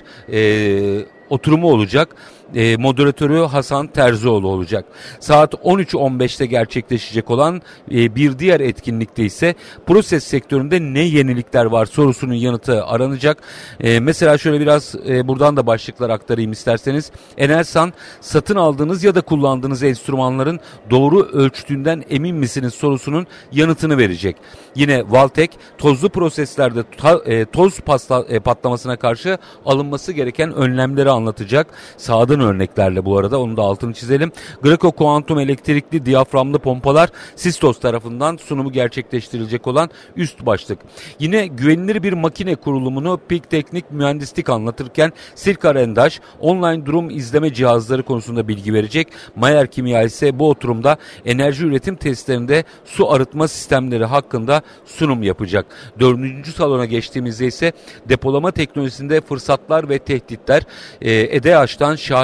e, oturumu olacak. E, moderatörü Hasan Terzioğlu olacak. Saat on üç on beşte gerçekleşecek olan e, bir diğer etkinlikte ise proses sektöründe ne yenilikler var sorusunun yanıtı aranacak. E, mesela şöyle biraz e, buradan da başlıklar aktarayım isterseniz. Enelsan, satın aldığınız ya da kullandığınız enstrümanların doğru ölçtüğünden emin misiniz sorusunun yanıtını verecek. Yine Valtek, tozlu proseslerde ta, e, toz pasta, e, patlamasına karşı alınması gereken önlemleri anlatacak. Sağdan örneklerle bu arada, onu da altını çizelim. Greco kuantum elektrikli diyaframlı pompalar Sistos tarafından sunumu gerçekleştirilecek olan üst başlık. Yine güvenilir bir makine kurulumunu Peak Teknik Mühendislik anlatırken Silk Arendaş online durum izleme cihazları konusunda bilgi verecek. Mayer Kimya ise bu oturumda enerji üretim testlerinde su arıtma sistemleri hakkında sunum yapacak. Dördüncü salona geçtiğimizde ise depolama teknolojisinde fırsatlar ve tehditler, e, EDAŞ'tan Şahin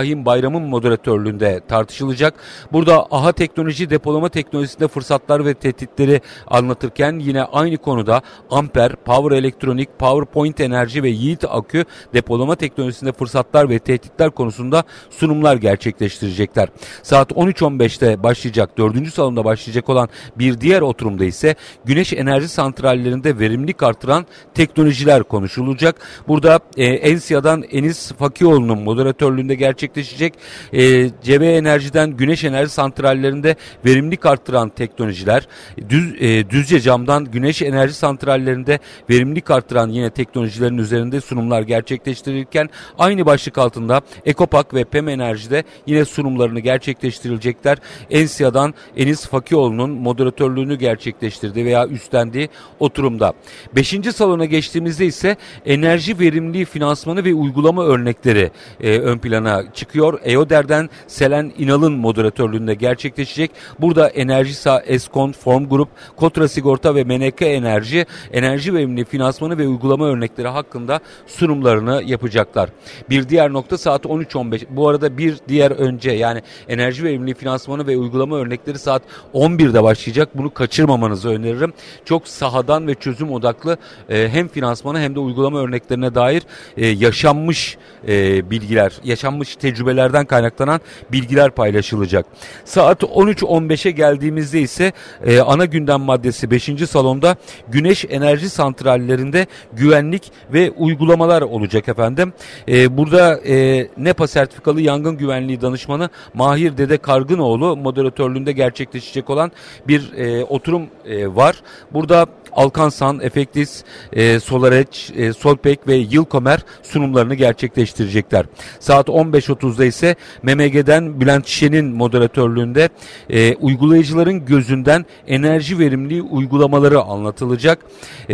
Şahin Bayram'ın moderatörlüğünde tartışılacak. Burada AHA Teknoloji depolama teknolojisinde fırsatlar ve tehditleri anlatırken yine aynı konuda Amper, Power Elektronik, PowerPoint Enerji ve Yiğit Akü depolama teknolojisinde fırsatlar ve tehditler konusunda sunumlar gerçekleştirecekler. Saat on üç on beşte başlayacak, dördüncü salonda başlayacak olan bir diğer oturumda ise güneş enerji santrallerinde verimlilik artıran teknolojiler konuşulacak. Burada e, Ensia'dan Enis Fakioğlu'nun moderatörlüğünde gerçekleşecek. E, C B Enerji'den güneş enerji santrallerinde verimlilik artıran teknolojiler, Düz, e, Düzce Cam'dan güneş enerji santrallerinde verimlilik artıran yine teknolojilerin üzerinde sunumlar gerçekleştirilirken aynı başlık altında Ekopak ve P E M Enerji'de yine sunumlarını gerçekleştirilecekler. Ensia'dan Enis Fakioğlu'nun moderatörlüğünü gerçekleştirdiği veya üstlendiği oturumda. Beşinci salona geçtiğimizde ise enerji verimliliği finansmanı ve uygulama örnekleri e, ön plana çıkıyor. E O D E R'den Selen İnal'ın moderatörlüğünde gerçekleşecek. Burada Enerjisa, Eskon, Form Grup, Kotra Sigorta ve M N K Enerji enerji verimliliği finansmanı ve uygulama örnekleri hakkında sunumlarını yapacaklar. Bir diğer nokta saat on üç on beş. Bu arada bir diğer önce yani enerji verimliliği finansmanı ve uygulama örnekleri saat on birde başlayacak. Bunu kaçırmamanızı öneririm. Çok sahadan ve çözüm odaklı e, hem finansmanı hem de uygulama örneklerine dair e, yaşanmış e, bilgiler, yaşanmış tecrübelerden kaynaklanan bilgiler paylaşılacak. Saat on üç on beşe geldiğimizde ise e, ana gündem maddesi beşinci salonda güneş enerji santrallerinde güvenlik ve uygulamalar olacak efendim. E, burada e, NEPA sertifikalı yangın güvenliği danışmanı Mahir Dede Kargınoğlu moderatörlüğünde gerçekleşecek olan bir e, oturum e, var. Burada Alkansan, Efektis, e, Solareç, e, Solpek ve Yılkomer sunumlarını gerçekleştirecekler. Saat on beş otuzda ise M M G'den Bülent Şen'in moderatörlüğünde e, uygulayıcıların gözünden enerji verimliliği uygulamaları anlatılacak. E,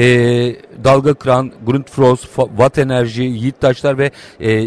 Dalga Kıran, Grundfos, Watt Enerji, Yiğit Taşlar ve e,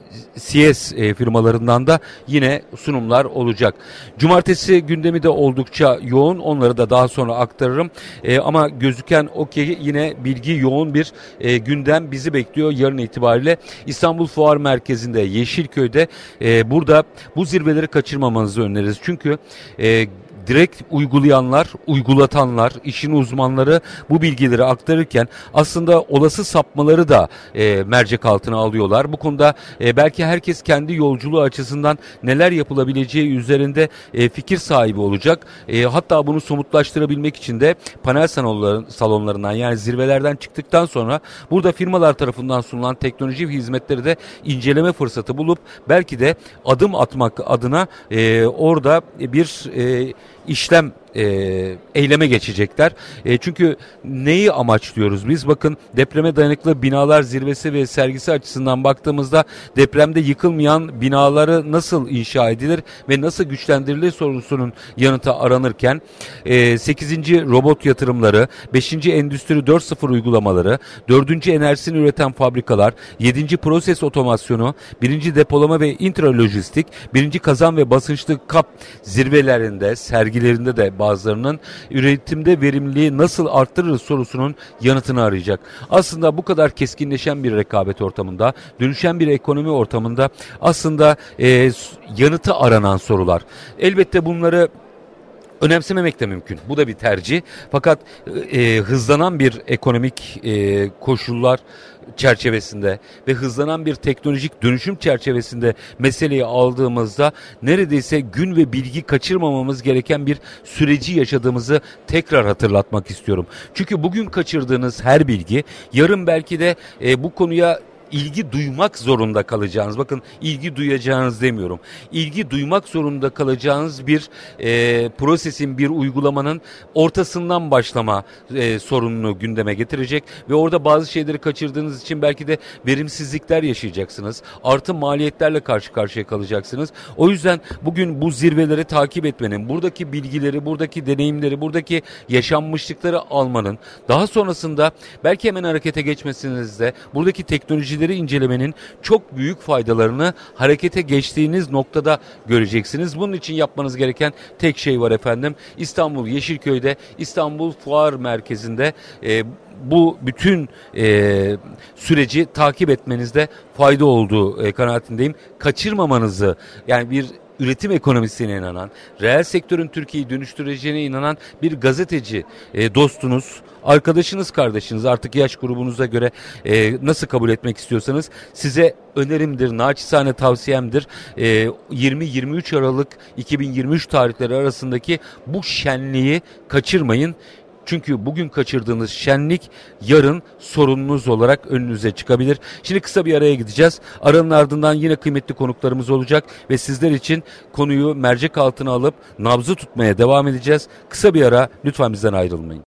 C S firmalarından da yine sunumlar olacak. Cumartesi gündemi de oldukça yoğun. Onları da daha sonra aktarırım. E, ama gözüken o ki yine bilgi yoğun bir e, gündem bizi bekliyor yarın itibariyle. İstanbul Fuar Merkezi'nde Yeşilköy'de e, burada bu zirveleri kaçırmamanızı öneririz. Çünkü e, direkt uygulayanlar, uygulatanlar, işin uzmanları bu bilgileri aktarırken aslında olası sapmaları da e, mercek altına alıyorlar. Bu konuda e, belki herkes kendi yolculuğu açısından neler yapılabileceği üzerinde e, fikir sahibi olacak. E, hatta bunu somutlaştırabilmek için de panel salonlarından yani zirvelerden çıktıktan sonra burada firmalar tarafından sunulan teknoloji ve hizmetleri de inceleme fırsatı bulup belki de adım atmak adına e, orada bir e, işlem e, eyleme geçecekler. E, çünkü neyi amaçlıyoruz biz? Bakın depreme dayanıklı binalar zirvesi ve sergisi açısından baktığımızda depremde yıkılmayan binaları nasıl inşa edilir ve nasıl güçlendirilir sorusunun yanıtı aranırken e, sekizinci robot yatırımları, beşinci Endüstri dört nokta sıfır uygulamaları, dördüncü enerjisini üreten fabrikalar, yedinci proses otomasyonu, birinci depolama ve intralojistik, birinci kazan ve basınçlı kap zirvelerinde, sergilerinde de bazılarının üretimde verimliliği nasıl arttırırız sorusunun yanıtını arayacak. Aslında bu kadar keskinleşen bir rekabet ortamında, dönüşen bir ekonomi ortamında aslında e, yanıtı aranan sorular. Elbette bunları önemsememek de mümkün. Bu da bir tercih. Fakat e, hızlanan bir ekonomik e, koşullar çerçevesinde ve hızlanan bir teknolojik dönüşüm çerçevesinde meseleyi aldığımızda neredeyse gün ve bilgi kaçırmamamız gereken bir süreci yaşadığımızı tekrar hatırlatmak istiyorum. Çünkü bugün kaçırdığınız her bilgi yarın belki de e, bu konuya ilgi duymak zorunda kalacağınız, bakın ilgi duyacağınız demiyorum, ilgi duymak zorunda kalacağınız bir e, prosesin, bir uygulamanın ortasından başlama e, sorununu gündeme getirecek ve orada bazı şeyleri kaçırdığınız için belki de verimsizlikler yaşayacaksınız, artı maliyetlerle karşı karşıya kalacaksınız. O yüzden bugün bu zirveleri takip etmenin, buradaki bilgileri, buradaki deneyimleri, buradaki yaşanmışlıkları almanın, daha sonrasında belki hemen harekete geçmesinizde buradaki teknoloji teknolojileri incelemenin çok büyük faydalarını harekete geçtiğiniz noktada göreceksiniz. Bunun için yapmanız gereken tek şey var efendim. İstanbul Yeşilköy'de, İstanbul Fuar Merkezi'nde e, bu bütün e, süreci takip etmenizde fayda olduğu e, kanaatindeyim. Kaçırmamanızı, yani bir üretim ekonomisine inanan, reel sektörün Türkiye'yi dönüştüreceğine inanan bir gazeteci e, dostunuz, arkadaşınız, kardeşiniz, artık yaş grubunuza göre e, nasıl kabul etmek istiyorsanız size önerimdir, naçizane tavsiyemdir. E, yirmi yirmi üç Aralık iki bin yirmi üç tarihleri arasındaki bu şenliği kaçırmayın. Çünkü bugün kaçırdığınız şenlik yarın sorununuz olarak önünüze çıkabilir. Şimdi kısa bir araya gideceğiz. Aranın ardından yine kıymetli konuklarımız olacak ve sizler için konuyu mercek altına alıp nabzı tutmaya devam edeceğiz. Kısa bir ara, lütfen bizden ayrılmayın.